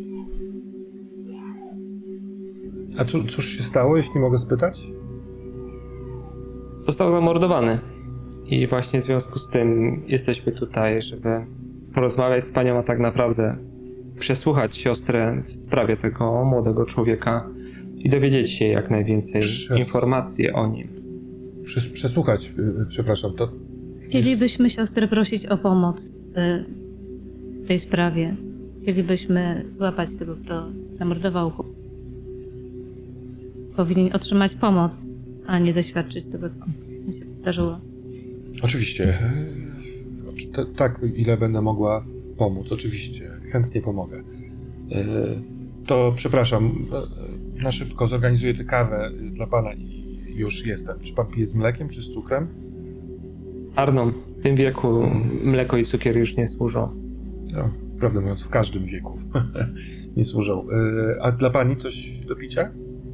A co, cóż się stało, jeśli mogę spytać? Został zamordowany. I właśnie w związku z tym jesteśmy tutaj, żeby porozmawiać z panią, a tak naprawdę przesłuchać siostrę w sprawie tego młodego człowieka i dowiedzieć się jak najwięcej Przes- informacji o nim. Przes- przesłuchać, y, przepraszam, to... Chcielibyśmy siostrę prosić o pomoc w tej sprawie. Chcielibyśmy złapać tego, kto zamordował. Powinien otrzymać pomoc, a nie doświadczyć tego. mi się wydarzyło. Oczywiście. T- tak, ile będę mogła pomóc. Oczywiście. Chętnie pomogę. E, to przepraszam, e, na szybko zorganizuję tę kawę dla pana i już jestem. Czy pan pije z mlekiem, czy z cukrem? Arnon, w tym wieku mleko i cukier już nie służą. No, prawdę mówiąc, w każdym wieku nie służą. E, a dla pani coś do picia?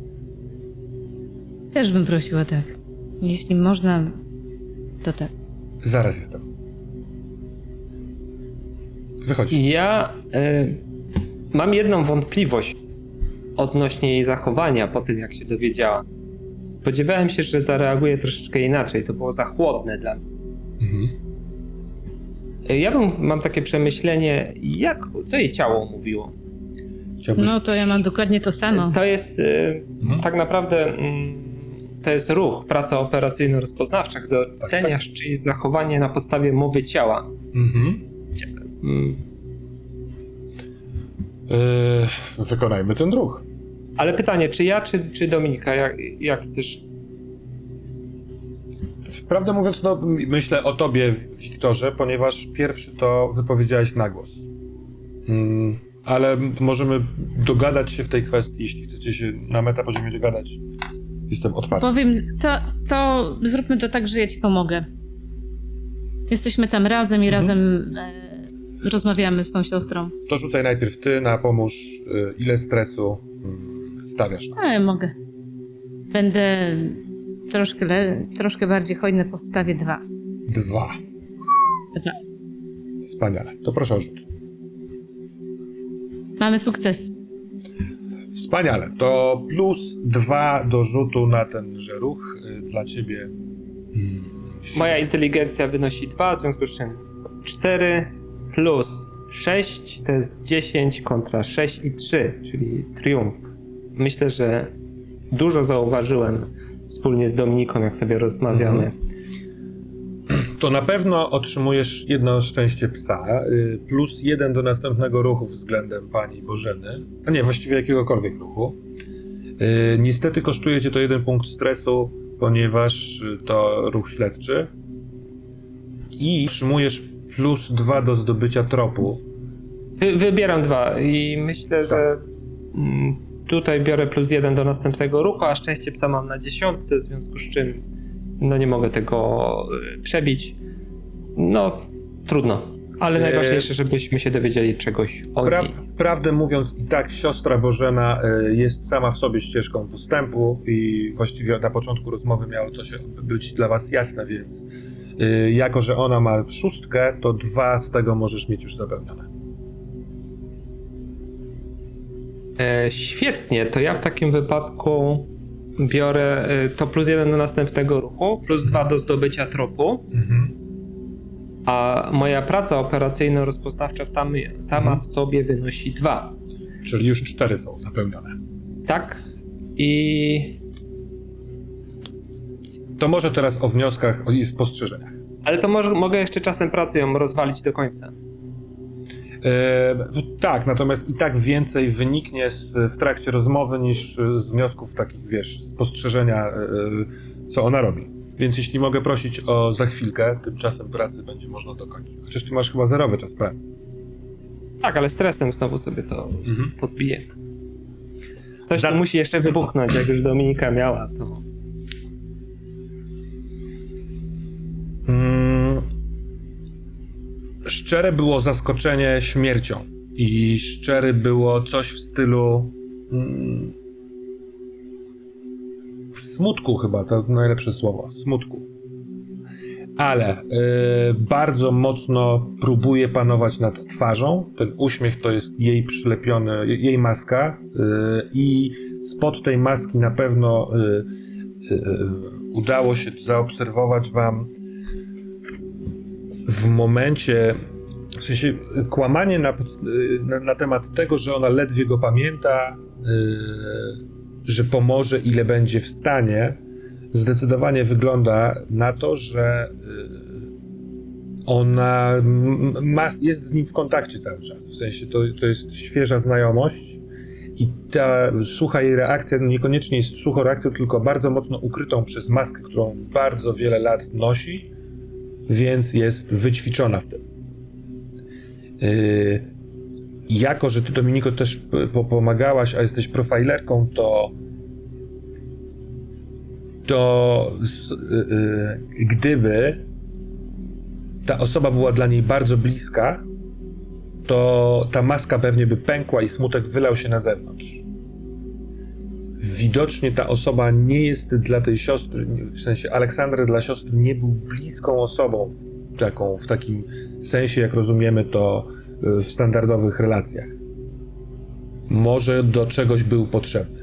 Też bym prosiła tak. Jeśli można, to tak. Zaraz jestem. Wychodź. Ja y, mam jedną wątpliwość odnośnie jej zachowania po tym, jak się dowiedziała. Spodziewałem się, że zareaguje troszeczkę inaczej. To było za chłodne dla mnie. Mhm. Y, Ja bym, mam takie przemyślenie, jak, co jej ciało mówiło. Chciałbyś... No to ja mam dokładnie to samo. To jest y, Mhm. tak naprawdę mm, to jest ruch, praca operacyjno-rozpoznawcza, gdy oceniasz tak. czyjeś zachowanie na podstawie mowy ciała. Mhm. Mm, Yy, wykonajmy ten ruch. ale pytanie, czy ja, czy, czy Dominika, jak, jak chcesz? Prawdę mówiąc, no, myślę o tobie, Wiktorze, ponieważ pierwszy to wypowiedziałeś na głos. Mm, ale możemy dogadać się w tej kwestii, jeśli chcecie się na metapoziomie dogadać. Jestem otwarty. Powiem, to, to zróbmy to tak, że ja ci pomogę. Jesteśmy tam razem i Mhm. razem e, rozmawiamy z tą siostrą. To rzucaj najpierw ty, na pomóż, y, ile stresu y, stawiasz. Ale mogę. Będę troszkę, le, troszkę bardziej hojny, postawię dwa. Dwa. Dwa. Wspaniale. To proszę o rzut. Mamy sukces. Wspaniale. To plus dwa do rzutu na tenże ruch y, dla ciebie. Mm, Moja inteligencja wynosi dwa, w związku z czym cztery plus sześć to jest dziesięć kontra sześć i trzy, czyli triumf. Myślę, że dużo zauważyłem wspólnie z Dominiką, jak sobie rozmawiamy. To na pewno otrzymujesz jedno szczęście psa, y, plus jeden do następnego ruchu względem pani Bożeny, a nie, właściwie jakiegokolwiek ruchu. Y, niestety kosztuje cię to jeden punkt stresu, ponieważ y, to ruch śledczy. I otrzymujesz plus dwa do zdobycia tropu. Wy, wybieram dwa i myślę, Tak. że mm, tutaj biorę plus jeden do następnego ruchu, a szczęście psa mam na dziesiątce, w związku z czym no nie mogę tego y, przebić. No, trudno. Ale Eee, najważniejsze, żebyśmy się dowiedzieli czegoś o Pra- niej. prawdę mówiąc, i tak siostra Bożena y, jest sama w sobie ścieżką postępu i właściwie na początku rozmowy miało to się być dla was jasne, więc y, jako, że ona ma szóstkę, to dwa z tego możesz mieć już zapełnione. E, świetnie, to ja w takim wypadku biorę e, to plus jeden do następnego ruchu, plus dwa do zdobycia tropu, Mhm. a moja praca operacyjno-rozpoznawcza samy, sama Mhm. w sobie wynosi dwa. Czyli już cztery są zapełnione. Tak? I... To może teraz o wnioskach i spostrzeżeniach. Ale to może, mogę jeszcze czasem pracy ją rozwalić do końca. E, tak, natomiast i tak więcej wyniknie z, w trakcie rozmowy niż z wniosków takich, wiesz, spostrzeżenia, e, co ona robi. Więc jeśli mogę prosić o za chwilkę, tymczasem pracy będzie można dokończyć. Chociaż ty masz chyba zerowy czas pracy. Tak, ale stresem znowu sobie to Mhm. podbiję. Ktoś Za- tu musi jeszcze wybuchnąć, jak już Dominika miała, to... Mm. Szczere było zaskoczenie śmiercią i szczery było coś w stylu mm, smutku chyba, to najlepsze słowo, smutku. Ale y, bardzo mocno próbuje panować nad twarzą. Ten uśmiech to jest jej przylepiony, jej maska y, i spod tej maski na pewno y, y, udało się zaobserwować wam w momencie, w sensie kłamanie na, na, na temat tego, że ona ledwie go pamięta, yy, że pomoże, ile będzie w stanie, zdecydowanie wygląda na to, że yy, ona m- ma, jest z nim w kontakcie cały czas. W sensie to, to jest świeża znajomość I ta sucha jej reakcja no niekoniecznie jest suchą reakcją, tylko bardzo mocno ukrytą przez maskę, którą bardzo wiele lat nosi, więc jest wyćwiczona w tym. Yy, jako, że ty, Dominiko, też p- pomagałaś, a jesteś profilerką, to to z, yy, gdyby ta osoba była dla niej bardzo bliska, to ta maska pewnie by pękła i smutek wylał się na zewnątrz. Widocznie ta osoba nie jest dla tej siostry, w sensie Aleksandra dla siostry nie był bliską osobą w, taką, w takim sensie, jak rozumiemy to w standardowych relacjach. Może do czegoś był potrzebny.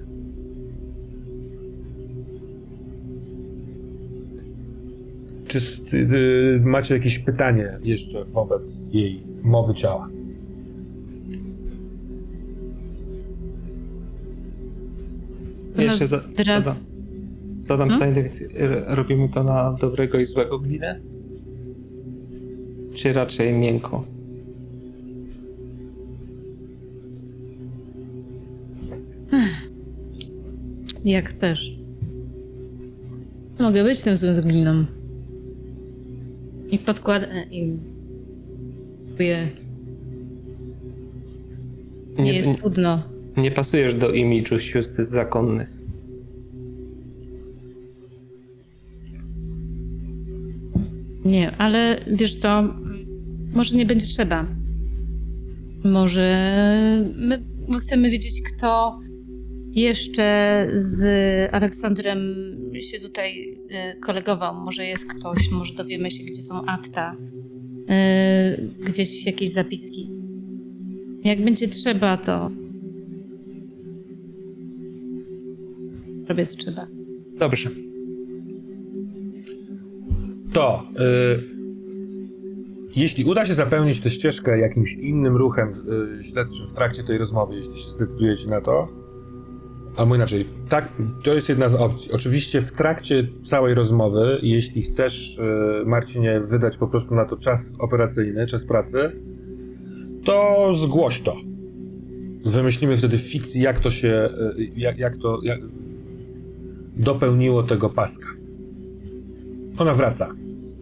Czy y, macie jakieś pytanie jeszcze wobec jej mowy ciała? Ona Jeszcze za, zdradza- zadam, zadam Hmm? pytanie, więc r- robimy to na dobrego i złego glinę? Czy raczej miękko? Jak chcesz. Mogę być tym złym z gliną. I podkładam... I... Nie, nie jest nie, trudno. nie pasujesz do imidżu sióstr zakonnych. Nie, ale wiesz co, może nie będzie trzeba. Może my, my chcemy wiedzieć, kto jeszcze z Aleksandrem się tutaj y, kolegował. Może jest ktoś, może dowiemy się, gdzie są akta, y, gdzieś jakieś zapiski. Jak będzie trzeba, to robię co trzeba. Dobrze. To, y, jeśli uda się zapełnić tę ścieżkę jakimś innym ruchem y, śledczym w trakcie tej rozmowy, jeśli się zdecydujecie na to, albo inaczej, tak, to jest jedna z opcji. Oczywiście w trakcie całej rozmowy, jeśli chcesz, y, Marcinie, wydać po prostu na to czas operacyjny, czas pracy, to zgłoś to. Wymyślimy wtedy w fikcji, jak to się, y, jak, jak to jak dopełniło tego paska. Ona wraca.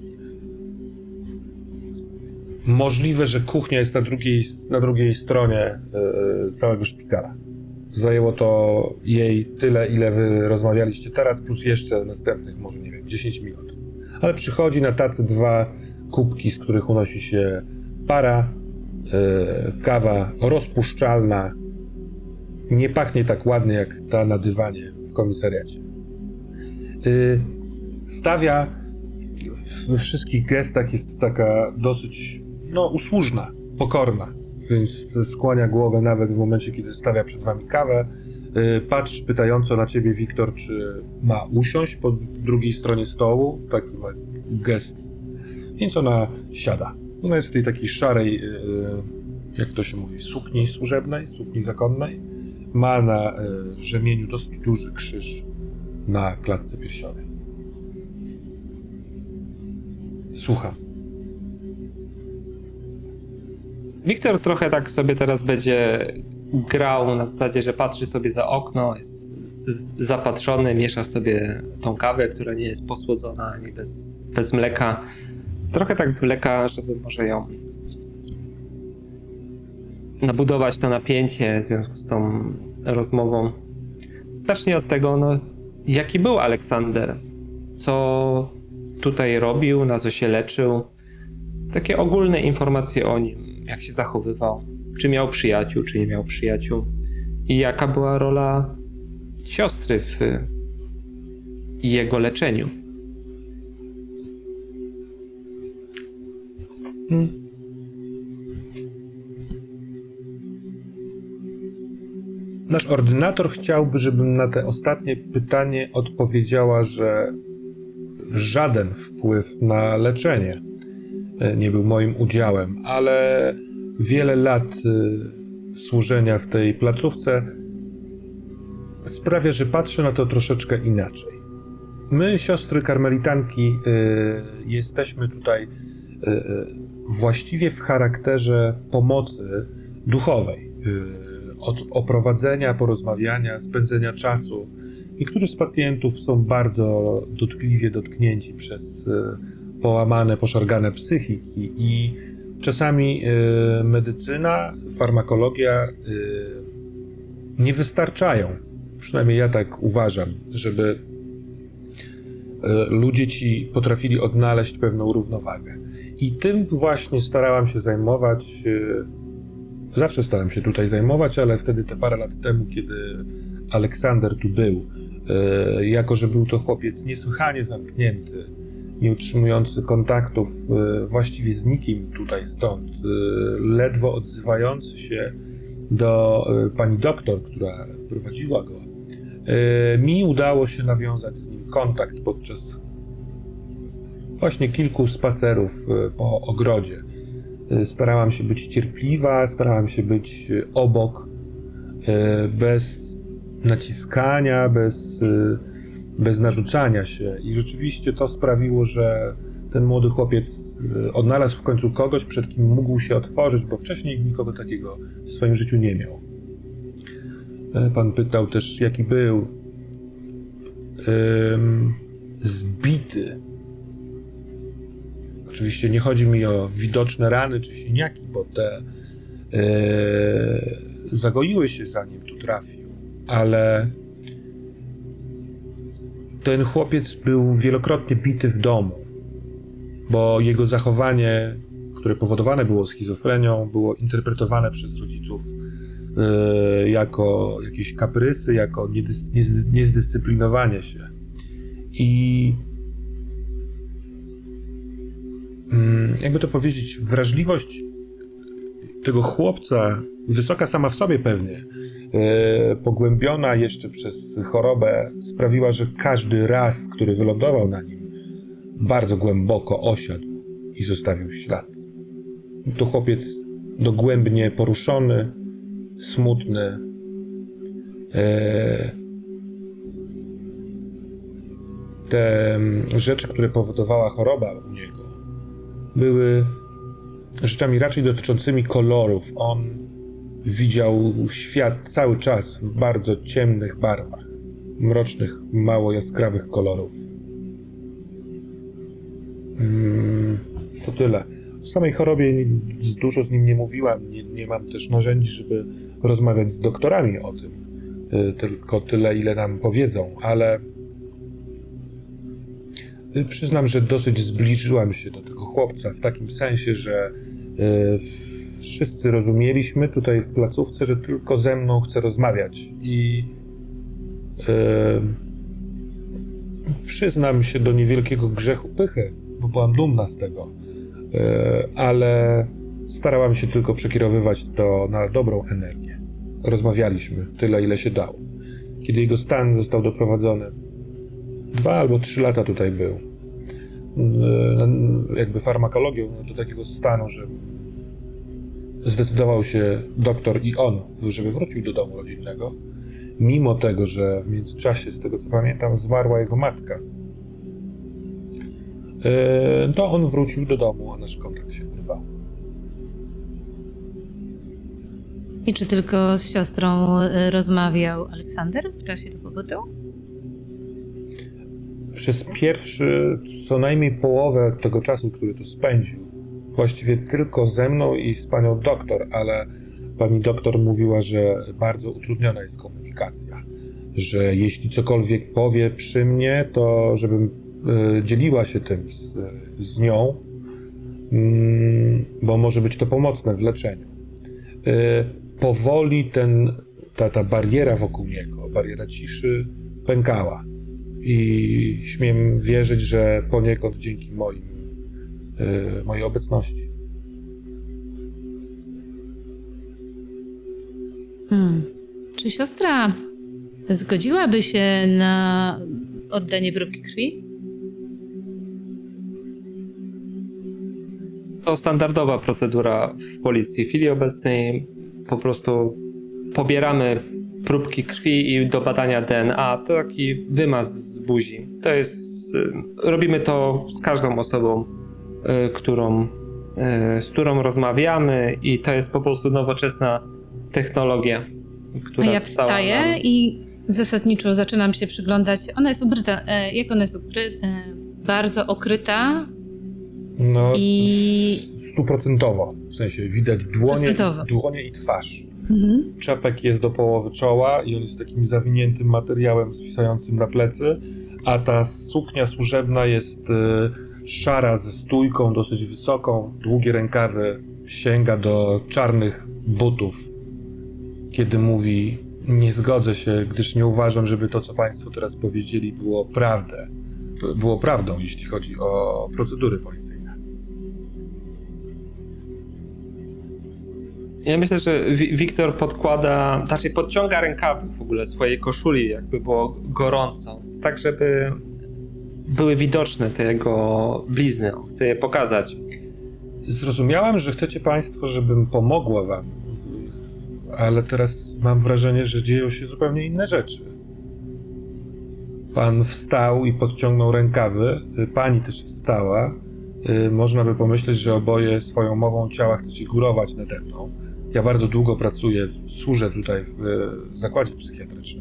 Możliwe, że kuchnia jest na drugiej, na drugiej stronie yy, całego szpitala. Zajęło to jej tyle, ile wy rozmawialiście teraz, plus jeszcze następnych, może nie wiem, dziesięć minut. Ale przychodzi na tacy dwa kubki, z których unosi się para, yy, kawa rozpuszczalna. Nie pachnie tak ładnie jak ta na dywanie w komisariacie. Yy, stawia we wszystkich gestach, jest taka dosyć, no, usłużna, pokorna, więc skłania głowę nawet w momencie, kiedy stawia przed wami kawę. Yy, patrzy pytająco na ciebie, Wiktor, czy ma usiąść po drugiej stronie stołu, taki ma gest, więc ona siada. Ona jest w tej takiej szarej, yy, jak to się mówi, sukni służebnej, sukni zakonnej. Ma na yy, rzemieniu dosyć duży krzyż na klatce piersiowej. Słucham. Wiktor trochę tak sobie teraz będzie grał na zasadzie, że patrzy sobie za okno, jest z- zapatrzony, miesza sobie tą kawę, która nie jest posłodzona ani bez, bez mleka. Trochę tak zwleka, żeby może ją nabudować to napięcie w związku z tą rozmową. Zacznie od tego, no, jaki był Aleksander, co tutaj robił, na co się leczył. Takie ogólne informacje o nim, jak się zachowywał, czy miał przyjaciół, czy nie miał przyjaciół i jaka była rola siostry w jego leczeniu. Hmm. Nasz ordynator chciałby, żebym na te ostatnie pytanie odpowiedziała, że żaden wpływ na leczenie nie był moim udziałem, ale wiele lat y, służenia w tej placówce sprawia, że patrzę na to troszeczkę inaczej. My, siostry karmelitanki, y, jesteśmy tutaj y, właściwie w charakterze pomocy duchowej. Y, od oprowadzenia, porozmawiania, spędzenia czasu. Niektórzy z pacjentów są bardzo dotkliwie dotknięci przez e, połamane, poszargane psychiki i czasami e, medycyna, farmakologia e, nie wystarczają. Przynajmniej ja tak uważam, żeby e, ludzie ci potrafili odnaleźć pewną równowagę. I tym właśnie starałam się zajmować. E, zawsze staram się tutaj zajmować, ale wtedy te parę lat temu, kiedy Aleksander tu był, e, jako że był to chłopiec niesłychanie zamknięty, nie utrzymujący kontaktów e, właściwie z nikim tutaj stąd, e, ledwo odzywający się do e, pani doktor, która prowadziła go, e, mi udało się nawiązać z nim kontakt podczas właśnie kilku spacerów e, po ogrodzie. E, starałam się być cierpliwa, starałam się być e, obok, e, bez naciskania, bez, e, bez narzucania się. I rzeczywiście to sprawiło, że ten młody chłopiec e, odnalazł w końcu kogoś, przed kim mógł się otworzyć, bo wcześniej nikogo takiego w swoim życiu nie miał. E, Pan pytał też, jaki był. Ym, zbity. Oczywiście nie chodzi mi o widoczne rany czy siniaki, bo te yy, zagoiły się, zanim tu trafił, ale ten chłopiec był wielokrotnie bity w domu, bo jego zachowanie, które powodowane było schizofrenią, było interpretowane przez rodziców yy, jako jakieś kaprysy, jako niedys, niez, niezdyscyplinowanie się. I jakby to powiedzieć, wrażliwość tego chłopca, wysoka sama w sobie pewnie, e, pogłębiona jeszcze przez chorobę, sprawiła, że każdy raz, który wylądował na nim, bardzo głęboko osiadł i zostawił ślad. To chłopiec dogłębnie poruszony, smutny, e, te rzeczy, które powodowała choroba u niego, były rzeczami raczej dotyczącymi kolorów. On widział świat cały czas w bardzo ciemnych barwach, mrocznych, mało jaskrawych kolorów. Mm, to tyle. O samej chorobie dużo z nim nie mówiłam, nie, nie mam też narzędzi, żeby rozmawiać z doktorami o tym, tylko tyle, ile nam powiedzą, ale przyznam, że dosyć zbliżyłam się do tego chłopca w takim sensie, że y, wszyscy rozumieliśmy tutaj w placówce, że tylko ze mną chce rozmawiać i y, przyznam się do niewielkiego grzechu pychy, bo byłam dumna z tego, y, ale starałam się tylko przekierowywać to na dobrą energię. Rozmawialiśmy tyle, ile się dało. Kiedy jego stan został doprowadzony, dwa albo trzy lata tutaj był, jakby farmakologią do takiego stanu, że zdecydował się doktor i on, żeby wrócił do domu rodzinnego, mimo tego, że w międzyczasie, z tego co pamiętam, zmarła jego matka. To on wrócił do domu, a nasz kontakt się urwał. I czy tylko z siostrą y, rozmawiał Aleksander w czasie tego pobytu? Przez pierwszy, co najmniej połowę tego czasu, który tu spędził, właściwie tylko ze mną i z panią doktor, ale pani doktor mówiła, że bardzo utrudniona jest komunikacja, że jeśli cokolwiek powie przy mnie, to żebym y, dzieliła się tym z, z nią, y, bo może być to pomocne w leczeniu. Y, powoli ten, ta, ta bariera wokół niego, bariera ciszy, pękała. I śmiem wierzyć, że poniekąd dzięki moim, yy, mojej obecności. Hmm. Czy siostra zgodziłaby się na oddanie próbki krwi? To standardowa procedura w policji. W chwili obecnej po prostu pobieramy próbki krwi i do badania D N A. To taki wymaz z buzi. To jest, robimy to z każdą osobą, którą, z którą rozmawiamy i to jest po prostu nowoczesna technologia. która A ja stała wstaję nam- i zasadniczo zaczynam się przyglądać. Ona jest ukryta. E, jak ona jest ukryta? E, bardzo okryta No, i... stuprocentowo. W sensie widać dłonie, Procentowo. dłonie i twarz. Mhm. Czepek jest do połowy czoła i on jest takim zawiniętym materiałem zwisającym na plecy, a ta suknia służebna jest y, szara ze stójką, dosyć wysoką, długie rękawy, sięga do czarnych butów, kiedy mówi: nie zgodzę się, gdyż nie uważam, żeby to, co państwo teraz powiedzieli, było prawdę. Było prawdą, jeśli chodzi o procedury policyjne. Ja myślę, że Wi- Wiktor podkłada, znaczy podciąga rękawy w ogóle swojej koszuli, jakby było gorąco, tak żeby były widoczne te jego blizny. On chce je pokazać. Zrozumiałem, że chcecie państwo, żebym pomogła wam, ale teraz mam wrażenie, że dzieją się zupełnie inne rzeczy. Pan wstał i podciągnął rękawy, pani też wstała. Można by pomyśleć, że oboje swoją mową ciała chcecie górować nade mną. Ja bardzo długo pracuję, służę tutaj w zakładzie psychiatrycznym.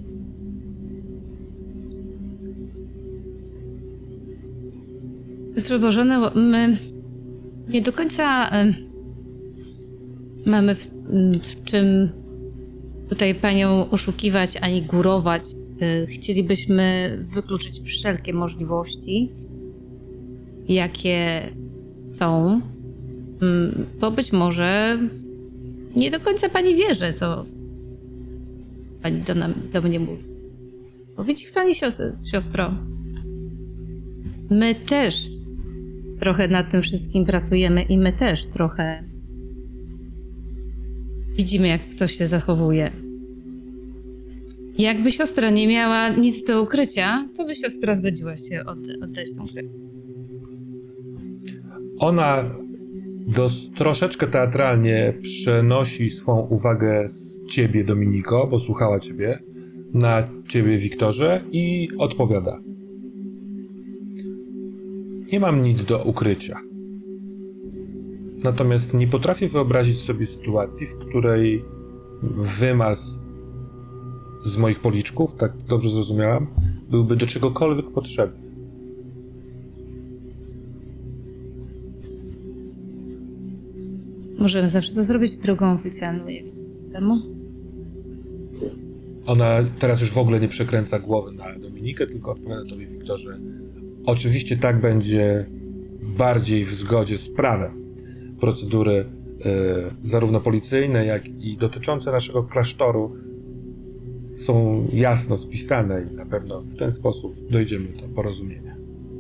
Zrebożone, my nie do końca e, mamy w, w czym tutaj panią oszukiwać ani górować. E, Chcielibyśmy wykluczyć wszelkie możliwości, jakie są, mm, bo być może nie do końca pani wierzy, co pani do, nam, do mnie mówi. Bo widzi pani siostro, siostro, my też trochę nad tym wszystkim pracujemy i my też trochę widzimy, jak ktoś się zachowuje. Jakby siostra nie miała nic do ukrycia, to by siostra zgodziła się od- oddać tą krew. Ona dos, troszeczkę teatralnie przenosi swą uwagę z ciebie, Dominiko, bo słuchała ciebie, na ciebie, Wiktorze, i odpowiada: nie mam nic do ukrycia. Natomiast nie potrafię wyobrazić sobie sytuacji, w której wymaz z moich policzków, tak dobrze zrozumiałam, byłby do czegokolwiek potrzebny. Możemy zawsze to zrobić drogą oficjalną, nie wiem temu. Ona teraz już w ogóle nie przekręca głowy na Dominikę, tylko odpowiada tobie, Wiktorze: oczywiście tak będzie bardziej w zgodzie z prawem. Procedury y, zarówno policyjne, jak i dotyczące naszego klasztoru są jasno spisane i na pewno w ten sposób dojdziemy do porozumienia.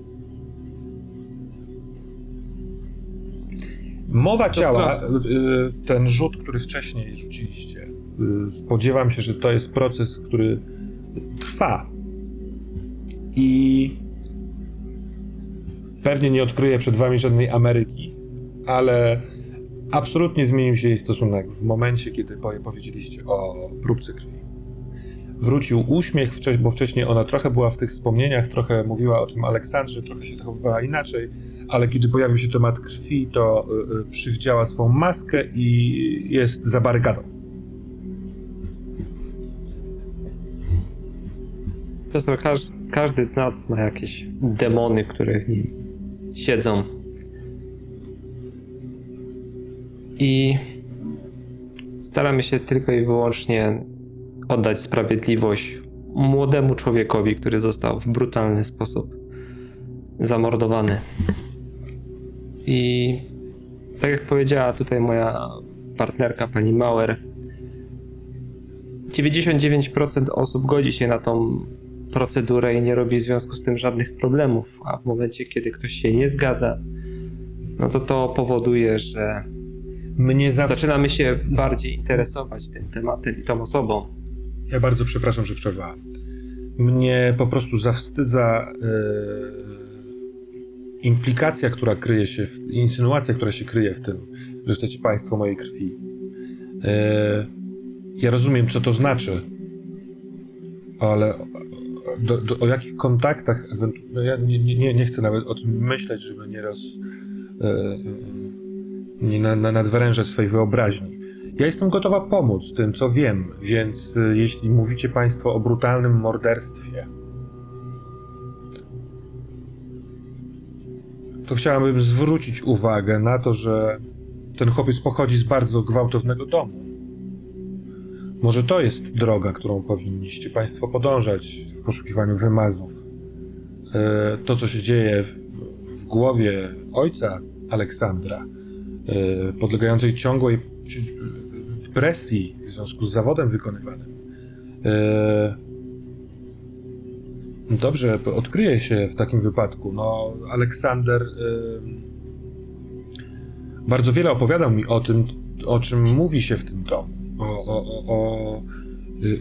Mowa ciała, y, ten rzut, który wcześniej rzuciliście, y, spodziewam się, że to jest proces, który trwa i pewnie nie odkryję przed wami żadnej Ameryki, ale absolutnie zmienił się jej stosunek w momencie, kiedy powiedzieliście o próbce krwi. Wrócił uśmiech, bo wcześniej ona trochę była w tych wspomnieniach, trochę mówiła o tym Aleksandrze, trochę się zachowywała inaczej, ale kiedy pojawił się temat krwi, to y, y, przywdziała swą maskę i jest za barykadą. Siostro, każ, każdy z nas ma jakieś demony, które w nim siedzą. I staramy się tylko i wyłącznie oddać sprawiedliwość młodemu człowiekowi, który został w brutalny sposób zamordowany. I tak jak powiedziała tutaj moja partnerka, pani Mauer, dziewięćdziesiąt dziewięć procent osób godzi się na tą procedurę i nie robi w związku z tym żadnych problemów, a w momencie, kiedy ktoś się nie zgadza, no to to powoduje, że Mnie zawsze... zaczynamy się bardziej interesować tym tematem i tą osobą. Ja bardzo przepraszam, że przerwałem. Mnie po prostu zawstydza yy, implikacja, która kryje się, w, insynuacja, która się kryje w tym, że chcecie państwo mojej krwi. Yy, ja rozumiem, co to znaczy, ale do, do, o jakich kontaktach, no ja nie, nie, nie chcę nawet o tym myśleć, żeby nie roz... Yy, nie na, na nadwyrężać swojej wyobraźni. Ja jestem gotowa pomóc tym, co wiem, więc y, jeśli mówicie państwo o brutalnym morderstwie, to chciałabym zwrócić uwagę na to, że ten chłopiec pochodzi z bardzo gwałtownego domu. Może to jest droga, którą powinniście państwo podążać w poszukiwaniu wymazów. E, to, co się dzieje w, w głowie ojca Aleksandra, e, podlegającej ciągłej presji w związku z zawodem wykonywanym. E, dobrze, odkryje się w takim wypadku. No, Aleksander e, bardzo wiele opowiadał mi o tym, o czym mówi się w tym domu. O, o, o, o, y,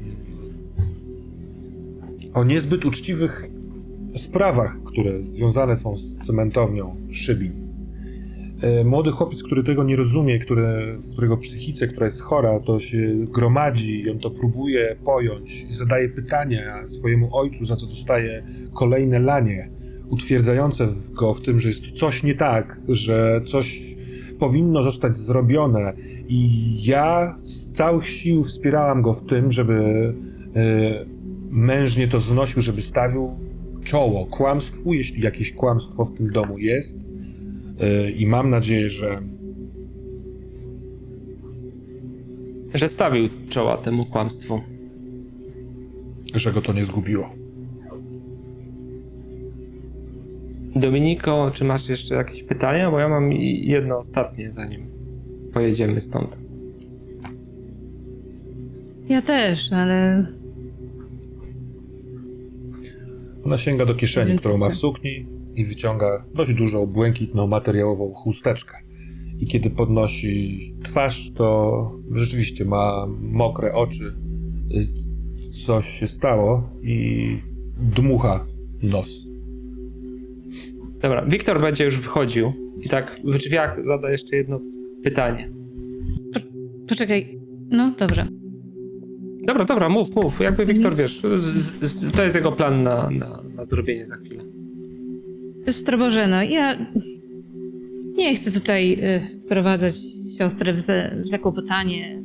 o niezbyt uczciwych sprawach, które związane są z cementownią Szybin. Y, młody chłopiec, który tego nie rozumie, który, w którego psychice, która jest chora, to się gromadzi i on to próbuje pojąć i zadaje pytania swojemu ojcu, za co dostaje kolejne lanie, utwierdzające go w tym, że jest coś nie tak, że coś powinno zostać zrobione i ja z całych sił wspierałam go w tym, żeby y, mężnie to znosił, żeby stawił czoło kłamstwu, jeśli jakieś kłamstwo w tym domu jest y, i mam nadzieję, że Że stawił czoła temu kłamstwu. że go to nie zgubiło. Dominiko, czy masz jeszcze jakieś pytania? Bo ja mam jedno ostatnie, zanim pojedziemy stąd. Ja też, ale Ona sięga do kieszeni, Więc którą ma w tak. sukni i wyciąga dość dużą, błękitną, materiałową chusteczkę. I kiedy podnosi twarz, to rzeczywiście ma mokre oczy. Coś się stało i dmucha nos. Dobra, Wiktor będzie już wychodził i tak w drzwiach zada jeszcze jedno pytanie. poczekaj. No, dobrze. Dobra, dobra, mów, mów. Jakby Mhm. Wiktor, wiesz, z, z, to jest jego plan na, na, na zrobienie za chwilę. Stroboże, no ja nie chcę tutaj y, wprowadzać siostry w, za, w zakłopotanie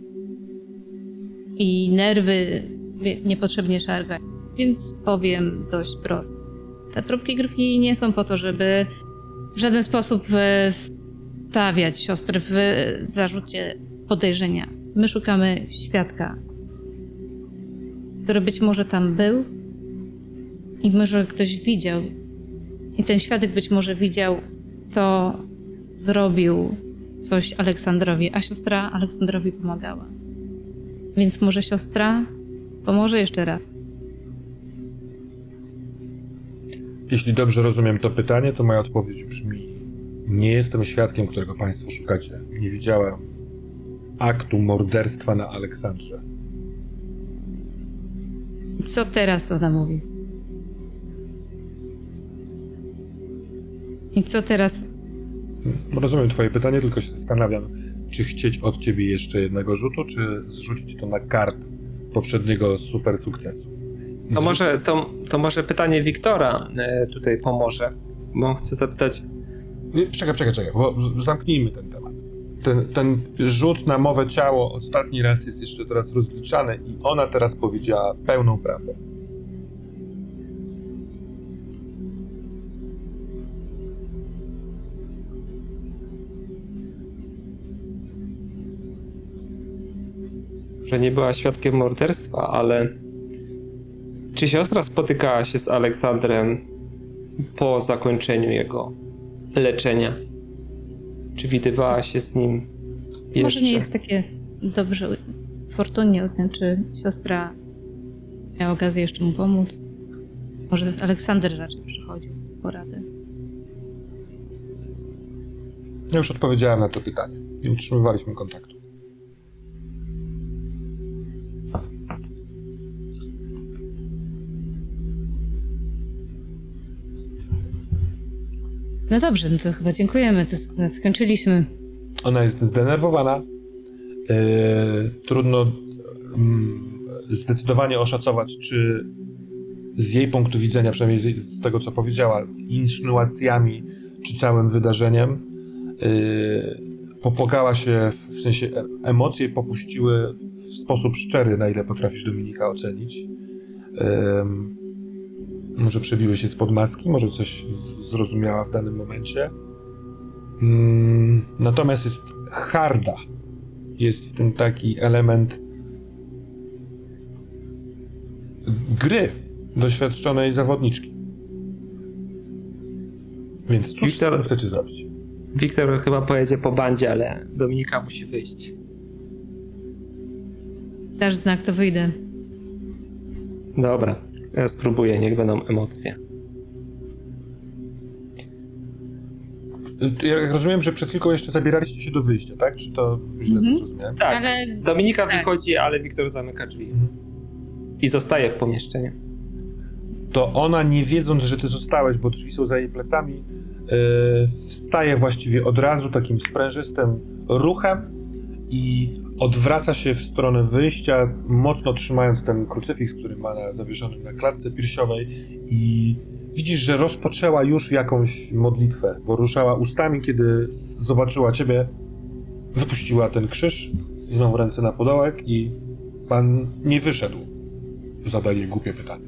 i nerwy wie- niepotrzebnie szargać, więc powiem dość prosto. Te próbki krwi nie są po to, żeby w żaden sposób y, stawiać siostry w zarzucie podejrzenia. My szukamy świadka, który być może tam był i może ktoś widział. I ten świadek być może widział, kto zrobił coś Aleksandrowi, a siostra Aleksandrowi pomagała. Więc może siostra pomoże jeszcze raz. Jeśli dobrze rozumiem to pytanie, to moja odpowiedź brzmi: nie jestem świadkiem, którego państwo szukacie. Nie widziałem aktu morderstwa na Aleksandrze. Co teraz ona mówi? I co teraz? Rozumiem twoje pytanie, tylko się zastanawiam, czy chcieć od ciebie jeszcze jednego rzutu, czy zrzucić to na karp poprzedniego super sukcesu. To może, to, to może pytanie Wiktora e, tutaj pomoże, bo on chce zapytać. Czekaj, czekaj, czekaj, bo zamknijmy ten temat. Ten, ten rzut na mowę ciało ostatni raz jest jeszcze teraz rozliczany i ona teraz powiedziała pełną prawdę. Że nie była świadkiem morderstwa, ale czy siostra spotykała się z Aleksandrem po zakończeniu jego leczenia? Czy widywała się z nim jeszcze? Może nie jest takie dobrze fortunnie, czy siostra miała okazję jeszcze mu pomóc. Może Aleksander raczej przychodził po radę. Ja już odpowiedziałem na to pytanie. Nie utrzymywaliśmy kontaktu. No dobrze, no to chyba dziękujemy, to sk- skończyliśmy. Ona jest zdenerwowana. Yy, trudno mm, zdecydowanie oszacować, czy z jej punktu widzenia, przynajmniej z, z tego, co powiedziała, insynuacjami, czy całym wydarzeniem, yy, popłakała się, w sensie emocje popuściły w sposób szczery, na ile potrafisz Dominika ocenić. Um, może przebiły się spod maski, może coś zrozumiała w danym momencie. Um, natomiast jest harda. Jest w tym taki element gry doświadczonej zawodniczki. Więc cóż Wiktor- z tym chcecie zrobić? Wiktor chyba pojedzie po bandzie, ale Dominika musi wyjść. Dasz znak, to wyjdę. Dobra, ja spróbuję, niech będą emocje. Ja rozumiem, że przed chwilką jeszcze zabieraliście się do wyjścia, tak? Czy to źle Mhm. to zrozumiałem? Tak, Ale Dominika tak. wychodzi, ale Wiktor zamyka drzwi. Mhm. I zostaje w pomieszczeniu. To ona, nie wiedząc, że ty zostałeś, bo drzwi są za jej plecami, yy, wstaje właściwie od razu takim sprężystym ruchem i odwraca się w stronę wyjścia, mocno trzymając ten krucyfiks, który ma na, zawieszony na klatce piersiowej, i widzisz, że rozpoczęła już jakąś modlitwę, bo ruszała ustami, kiedy zobaczyła ciebie, wypuściła ten krzyż, znowu ręce na podołek i pan nie wyszedł. Zadaje głupie pytanie.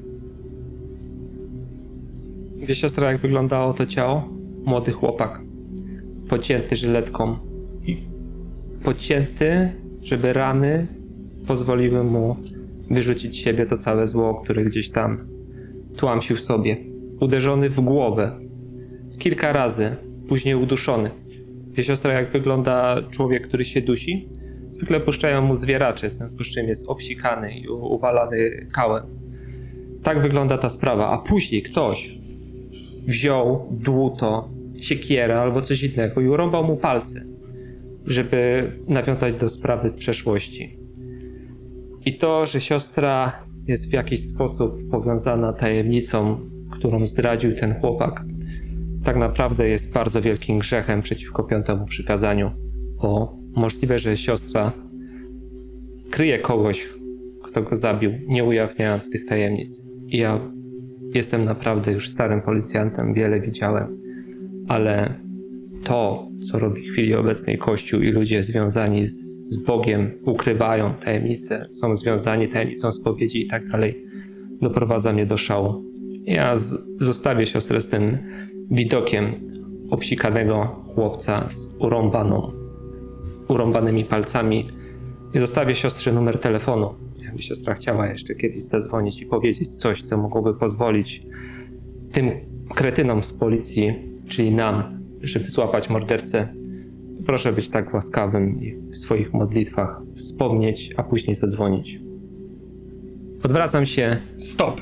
Wie siostra, jak wyglądało to ciało? Młody chłopak. Pocięty żyletką. I Pocięty, żeby rany pozwoliły mu wyrzucić z siebie to całe zło, które gdzieś tam tłamsił w sobie. Uderzony w głowę. Kilka razy. Później uduszony. Wie siostra, jak wygląda człowiek, który się dusi? Zwykle puszczają mu zwieracze, w związku z czym jest obsikany i u- uwalany kałem. Tak wygląda ta sprawa. A później ktoś wziął dłuto, siekierę albo coś innego i urąbał mu palce, żeby nawiązać do sprawy z przeszłości. I to, że siostra jest w jakiś sposób powiązana tajemnicą, którą zdradził ten chłopak, tak naprawdę jest bardzo wielkim grzechem przeciwko piątemu przykazaniu, bo możliwe, że siostra kryje kogoś, kto go zabił, nie ujawniając tych tajemnic. I ja jestem naprawdę już starym policjantem, wiele widziałem, ale to, co robi w chwili obecnej Kościół i ludzie związani z, z Bogiem, ukrywają tajemnice, są związani tajemnicą spowiedzi i tak dalej, doprowadza mnie do szału. Ja z, zostawię siostrę z tym widokiem obsikanego chłopca z urąbaną, urąbanymi palcami i zostawię siostrze numer telefonu. Jakby siostra chciała jeszcze kiedyś zadzwonić i powiedzieć coś, co mogłoby pozwolić tym kretynom z policji, czyli nam, żeby złapać mordercę, to proszę być tak łaskawym i w swoich modlitwach wspomnieć, a później zadzwonić. Odwracam się. stop!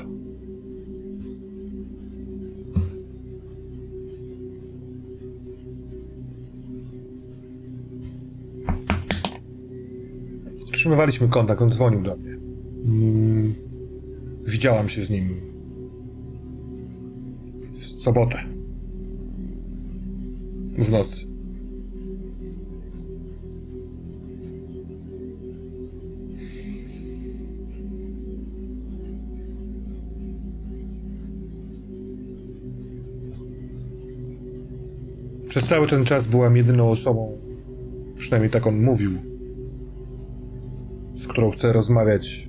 Utrzymywaliśmy kontakt, on dzwonił do mnie. Mm, widziałam się z nim w sobotę. W nocy. Przez cały ten czas byłam jedyną osobą, przynajmniej tak on mówił, z którą chcę rozmawiać.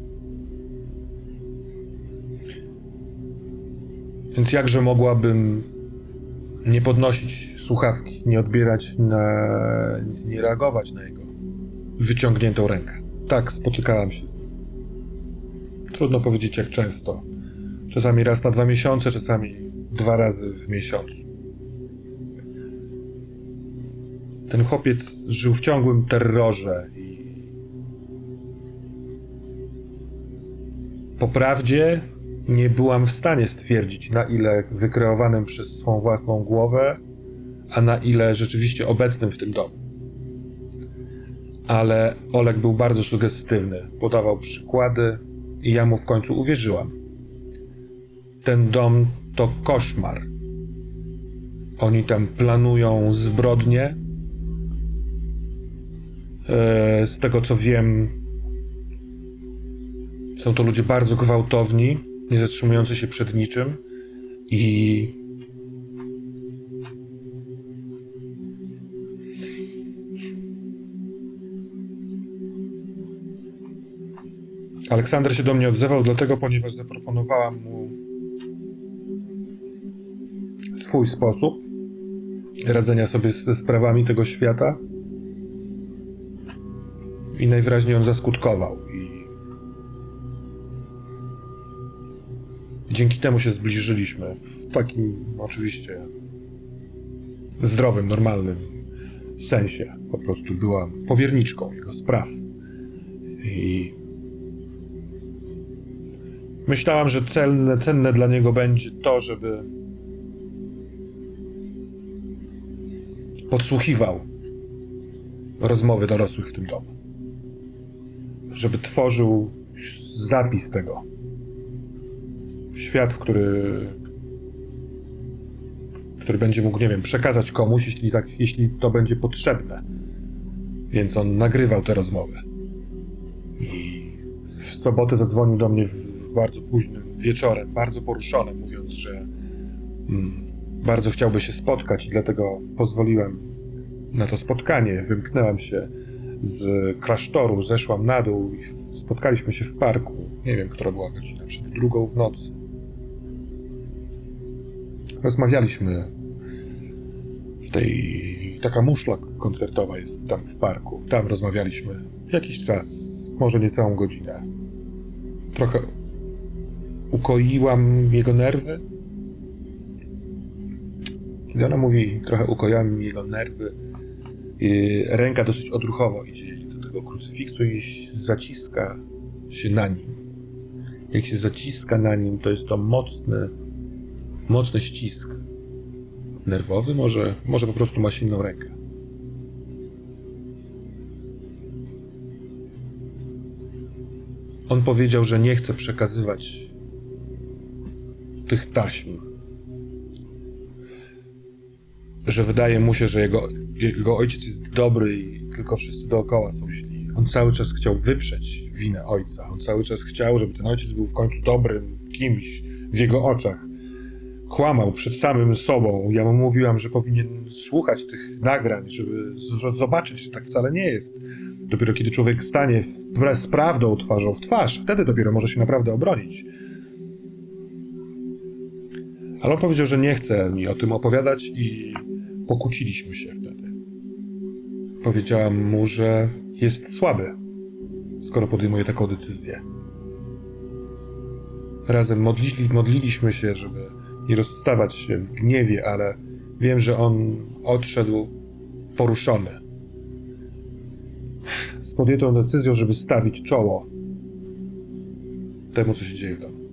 Więc jakże mogłabym nie podnosić słuchawki, nie odbierać, na, nie reagować na jego wyciągniętą rękę. Tak, spotykałam się z nim. Trudno powiedzieć jak często. Czasami raz na dwa miesiące, czasami dwa razy w miesiącu. Ten chłopiec żył w ciągłym terrorze i po prawdzie nie byłam w stanie stwierdzić, na ile wykreowanym przez swą własną głowę, a na ile rzeczywiście obecnym w tym domu. Ale Oleg był bardzo sugestywny, podawał przykłady i ja mu w końcu uwierzyłam. Ten dom to koszmar. Oni tam planują zbrodnie. Eee, z tego co wiem, są to ludzie bardzo gwałtowni, nie zatrzymujący się przed niczym i Aleksander się do mnie odzywał, dlatego, ponieważ zaproponowałam mu swój sposób radzenia sobie ze sprawami tego świata i najwyraźniej on zaskutkował i dzięki temu się zbliżyliśmy w takim oczywiście zdrowym, normalnym sensie. Po prostu byłam powierniczką jego spraw i myślałam, że cenne, cenne dla niego będzie to, żeby podsłuchiwał rozmowy dorosłych w tym domu. Żeby tworzył zapis tego. Świat, w który, który będzie mógł, nie wiem, przekazać komuś, jeśli, tak, jeśli to będzie potrzebne. Więc on nagrywał te rozmowy. I w sobotę zadzwonił do mnie w bardzo późnym wieczorem, bardzo poruszony, mówiąc, że mm, bardzo chciałby się spotkać i dlatego pozwoliłem na to spotkanie. Wymknęłam się z klasztoru, zeszłam na dół i spotkaliśmy się w parku. Nie wiem, która była godzina, przed drugą w nocy. Rozmawialiśmy w tej... Taka muszla koncertowa jest tam w parku. Tam rozmawialiśmy jakiś czas, może nie całą godzinę. Trochę ukoiłam jego nerwy. Kiedy ona mówi, trochę ukoiłam jego nerwy, i ręka dosyć odruchowo idzie do tego krucyfiksu i zaciska się na nim. Jak się zaciska na nim, to jest to mocny, mocny ścisk. Nerwowy? Może, może po prostu ma silną rękę. On powiedział, że nie chce przekazywać tych taśm. Że wydaje mu się, że jego, jego ojciec jest dobry i tylko wszyscy dookoła są źli. On cały czas chciał wyprzeć winę ojca. On cały czas chciał, żeby ten ojciec był w końcu dobrym kimś w jego oczach. Kłamał przed samym sobą. Ja mu mówiłam, że powinien słuchać tych nagrań, żeby z- zobaczyć, że tak wcale nie jest. Dopiero kiedy człowiek stanie w, z prawdą twarzą w twarz, wtedy dopiero może się naprawdę obronić. Ale on powiedział, że nie chce mi o tym opowiadać i pokłóciliśmy się wtedy. Powiedziałam mu, że jest słaby, skoro podejmuje taką decyzję. Razem modlili, modliliśmy się, żeby nie rozstawać się w gniewie, ale wiem, że on odszedł poruszony. Z podjętą decyzją, żeby stawić czoło temu, co się dzieje w domu.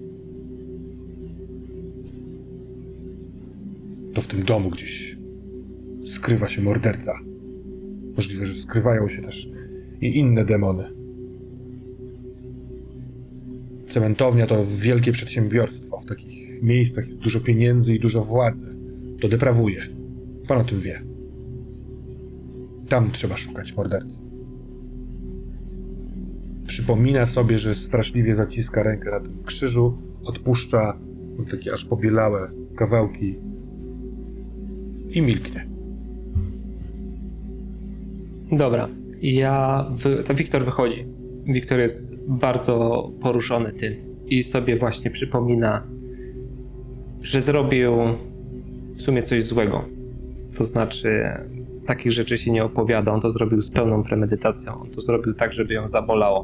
To w tym domu gdzieś skrywa się morderca. Możliwe, że skrywają się też i inne demony. Cementownia to wielkie przedsiębiorstwo. W takich miejscach jest dużo pieniędzy i dużo władzy. To deprawuje. Pan o tym wie. Tam trzeba szukać mordercy. Przypomina sobie, że straszliwie zaciska rękę na tym krzyżu, odpuszcza takie aż pobielałe kawałki i milknie. Dobra, ja... Wy, to Wiktor wychodzi. Wiktor jest bardzo poruszony tym i sobie właśnie przypomina, że zrobił w sumie coś złego. To znaczy, takich rzeczy się nie opowiada. On to zrobił z pełną premedytacją. On to zrobił tak, żeby ją zabolało.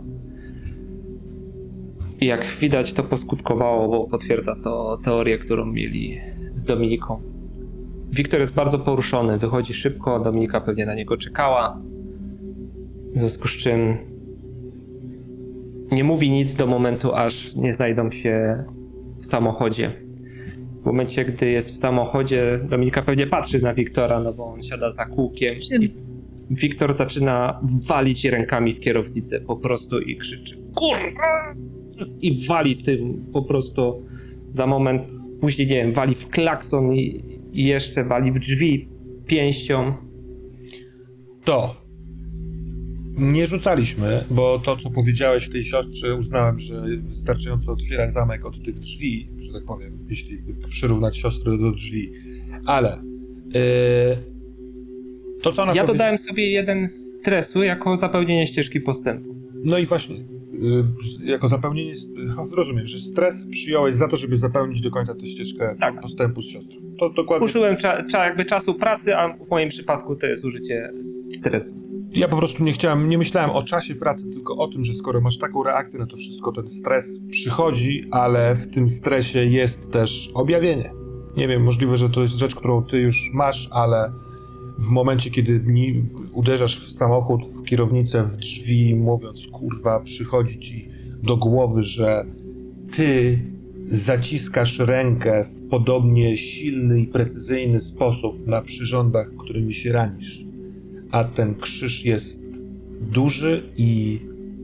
I jak widać, to poskutkowało, bo potwierdza to teorię, którą mieli z Dominiką. Wiktor jest bardzo poruszony, wychodzi szybko, Dominika pewnie na niego czekała. W związku z czym nie mówi nic do momentu, aż nie znajdą się w samochodzie. W momencie, gdy jest w samochodzie, Dominika pewnie patrzy na Wiktora, no bo on siada za kółkiem i Wiktor zaczyna walić rękami w kierownicę po prostu i krzyczy kurwa! I wali tym po prostu za moment, później nie wiem, wali w klakson i, i jeszcze wali w drzwi pięścią. To nie rzucaliśmy, bo to, co powiedziałeś w tej siostrze, uznałem, że wystarczająco otwiera zamek od tych drzwi, że tak powiem, jeśli przyrównać siostrę do drzwi. Ale yy, to, co ona Ja powie... dodałem sobie jeden z stresu jako zapełnienie ścieżki postępu. No i właśnie, y, jako zapełnienie, rozumiem, że stres przyjąłeś za to, żeby zapełnić do końca tę ścieżkę Tak. postępu z siostrą. To dokładnie. Użyłem cza, cza, jakby czasu pracy, a w moim przypadku to jest użycie stresu. Ja po prostu nie chciałem, nie myślałem o czasie pracy, tylko o tym, że skoro masz taką reakcję na to wszystko, ten stres przychodzi, ale w tym stresie jest też objawienie. Nie wiem, możliwe, że to jest rzecz, którą ty już masz, ale w momencie, kiedy ni- uderzasz w samochód, w kierownicę, w drzwi, mówiąc, kurwa, przychodzi ci do głowy, że ty zaciskasz rękę w podobnie silny i precyzyjny sposób na przyrządach, którymi się ranisz, a ten krzyż jest duży i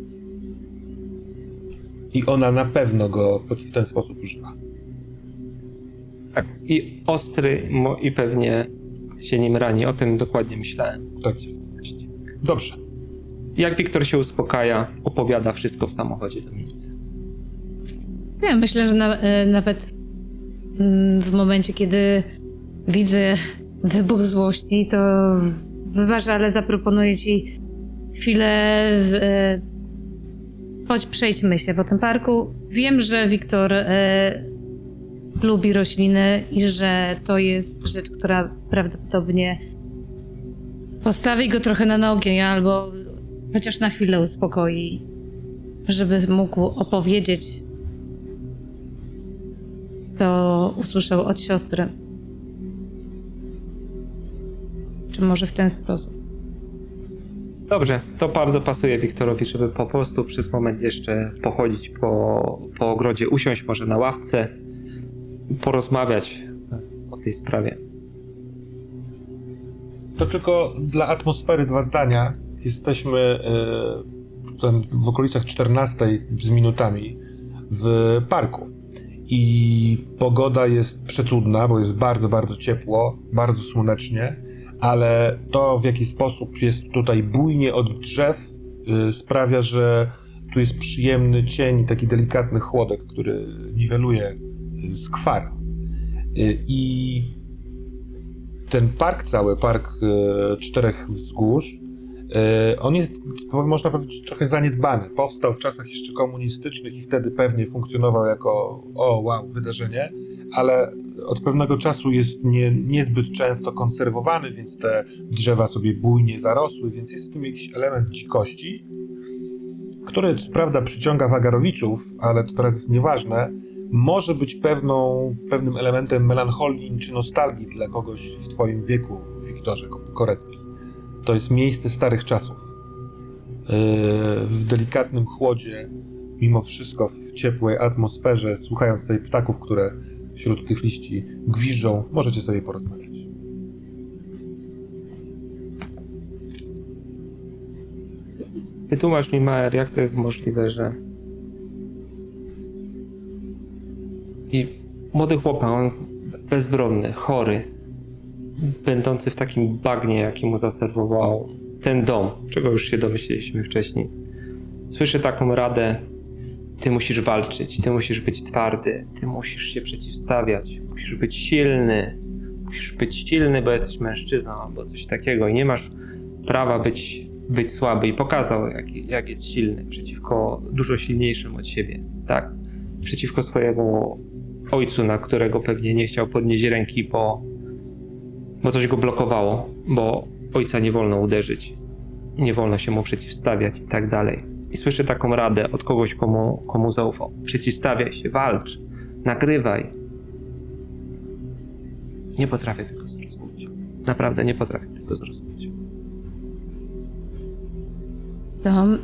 i ona na pewno go w ten sposób używa. Tak. I ostry mo- i pewnie się nim rani. O tym dokładnie myślałem. Tak jest. Dobrze. Jak Wiktor się uspokaja, opowiada wszystko w samochodzie Dominice. Ja myślę, że na, e, nawet mm, w momencie, kiedy widzę wybuch złości, to wybacz, ale zaproponuję ci chwilę. E, chodź, przejdźmy się po tym parku. Wiem, że Wiktor e, lubi rośliny i że to jest rzecz, która prawdopodobnie postawi go trochę na nogi, albo chociaż na chwilę uspokoi, żeby mógł opowiedzieć, to usłyszał od siostry. Czy może w ten sposób? Dobrze, to bardzo pasuje Wiktorowi, żeby po prostu przez moment jeszcze pochodzić po, po ogrodzie, usiąść może na ławce, porozmawiać o tej sprawie. To tylko dla atmosfery dwa zdania. Jesteśmy e, tam w okolicach czternastej z minutami w parku. I pogoda jest przecudna, bo jest bardzo, bardzo ciepło, bardzo słonecznie, ale to, w jaki sposób jest tutaj bujnie od drzew, y, sprawia, że tu jest przyjemny cień, taki delikatny chłodek, który niweluje y, skwar. Y, I ten park cały, park y, Czterech Wzgórz, y, on jest, można powiedzieć, trochę zaniedbany. Powstał w czasach jeszcze komunistycznych i wtedy pewnie funkcjonował jako o wow, wydarzenie, ale od pewnego czasu jest nie, niezbyt często konserwowany, więc te drzewa sobie bujnie zarosły, więc jest w tym jakiś element dzikości, który co prawda przyciąga wagarowiczów, ale to teraz jest nieważne, może być pewną, pewnym elementem melancholii czy nostalgii dla kogoś w twoim wieku, Wiktorze Korecki. To jest miejsce starych czasów. Yy, w delikatnym chłodzie, mimo wszystko w ciepłej atmosferze, słuchając sobie ptaków, które wśród tych liści gwiżdżą, możecie sobie porozmawiać. Wytłumacz mi, Maer, jak to jest możliwe, że i młody chłopak, on bezbronny, chory, będący w takim bagnie, jaki mu zaserwował ten dom, czego już się domyśliliśmy wcześniej. Słyszę taką radę: ty musisz walczyć, ty musisz być twardy, ty musisz się przeciwstawiać, musisz być silny, musisz być silny, bo jesteś mężczyzną albo coś takiego i nie masz prawa być, być słaby. I pokazał, jak, jak jest silny przeciwko dużo silniejszym od siebie, tak? Przeciwko swojemu ojcu, na którego pewnie nie chciał podnieść ręki, bo, bo coś go blokowało, bo ojca nie wolno uderzyć, nie wolno się mu przeciwstawiać i tak dalej. I słyszę taką radę od kogoś, komu, komu zaufał. Przeciwstawiaj się, walcz, nagrywaj. Nie potrafię tego zrozumieć. Naprawdę nie potrafię tego zrozumieć. To mm,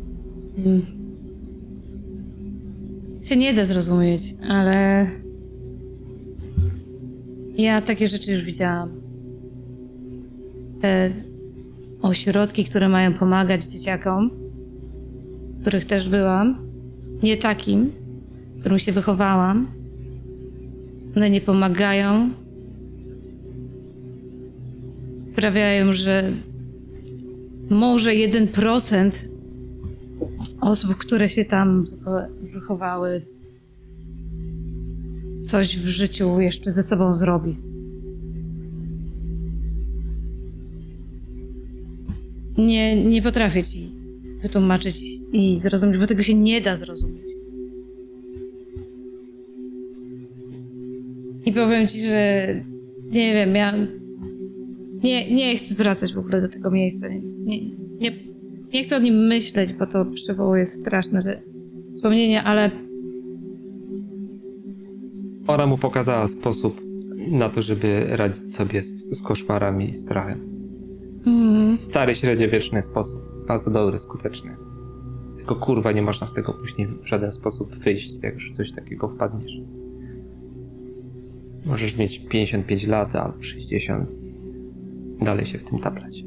się nie da zrozumieć, ale ja takie rzeczy już widziałam. Te ośrodki, które mają pomagać dzieciakom, w których też byłam, nie takim, w którym się wychowałam. One nie pomagają. Sprawiają, że może jeden procent osób, które się tam wychowały, coś w życiu jeszcze ze sobą zrobi. Nie, nie potrafię ci wytłumaczyć i zrozumieć, bo tego się nie da zrozumieć. I powiem ci, że nie wiem, ja nie, nie chcę wracać w ogóle do tego miejsca. Nie, nie, nie chcę o nim myśleć, bo to przywołuje straszne że- wspomnienia, ale Ona mu pokazała sposób na to, żeby radzić sobie z, z koszmarami i strachem. mm, Stary, średniowieczny sposób. Bardzo dobry, skuteczny. Tylko kurwa, nie można z tego później w żaden sposób wyjść, jak już w coś takiego wpadniesz. Możesz mieć pięćdziesiąt pięć lat albo sześćdziesiąt. Dalej się w tym taplać.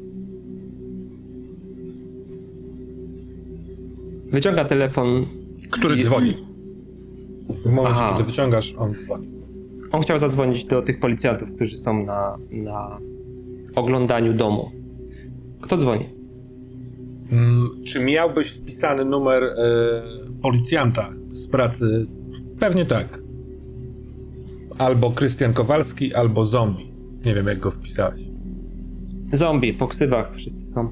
Wyciąga telefon. Który i- dzwoni. W momencie, Aha. kiedy wyciągasz, on dzwoni. On chciał zadzwonić do tych policjantów, którzy są na, na oglądaniu domu. Kto dzwoni? Mm, czy miałbyś wpisany numer e, policjanta z pracy? Pewnie tak. Albo Krystian Kowalski, albo zombie. Nie wiem, jak go wpisałeś. Zombie, po ksywach wszyscy są.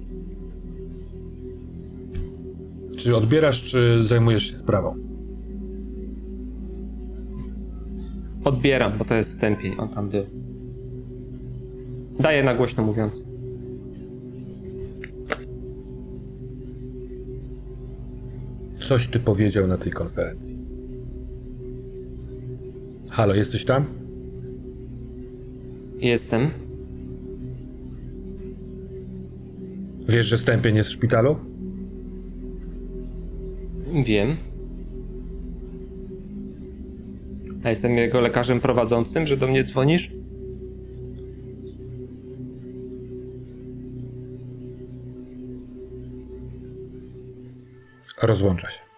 Czy odbierasz, czy zajmujesz się sprawą? Odbieram, bo to jest stępień, on tam był. Daję na głośno mówiąc. Coś ty powiedział na tej konferencji. Halo, jesteś tam? Jestem. Wiesz, że Stępień jest w szpitalu? Wiem. A jestem jego lekarzem prowadzącym, że do mnie dzwonisz? Rozłącza się.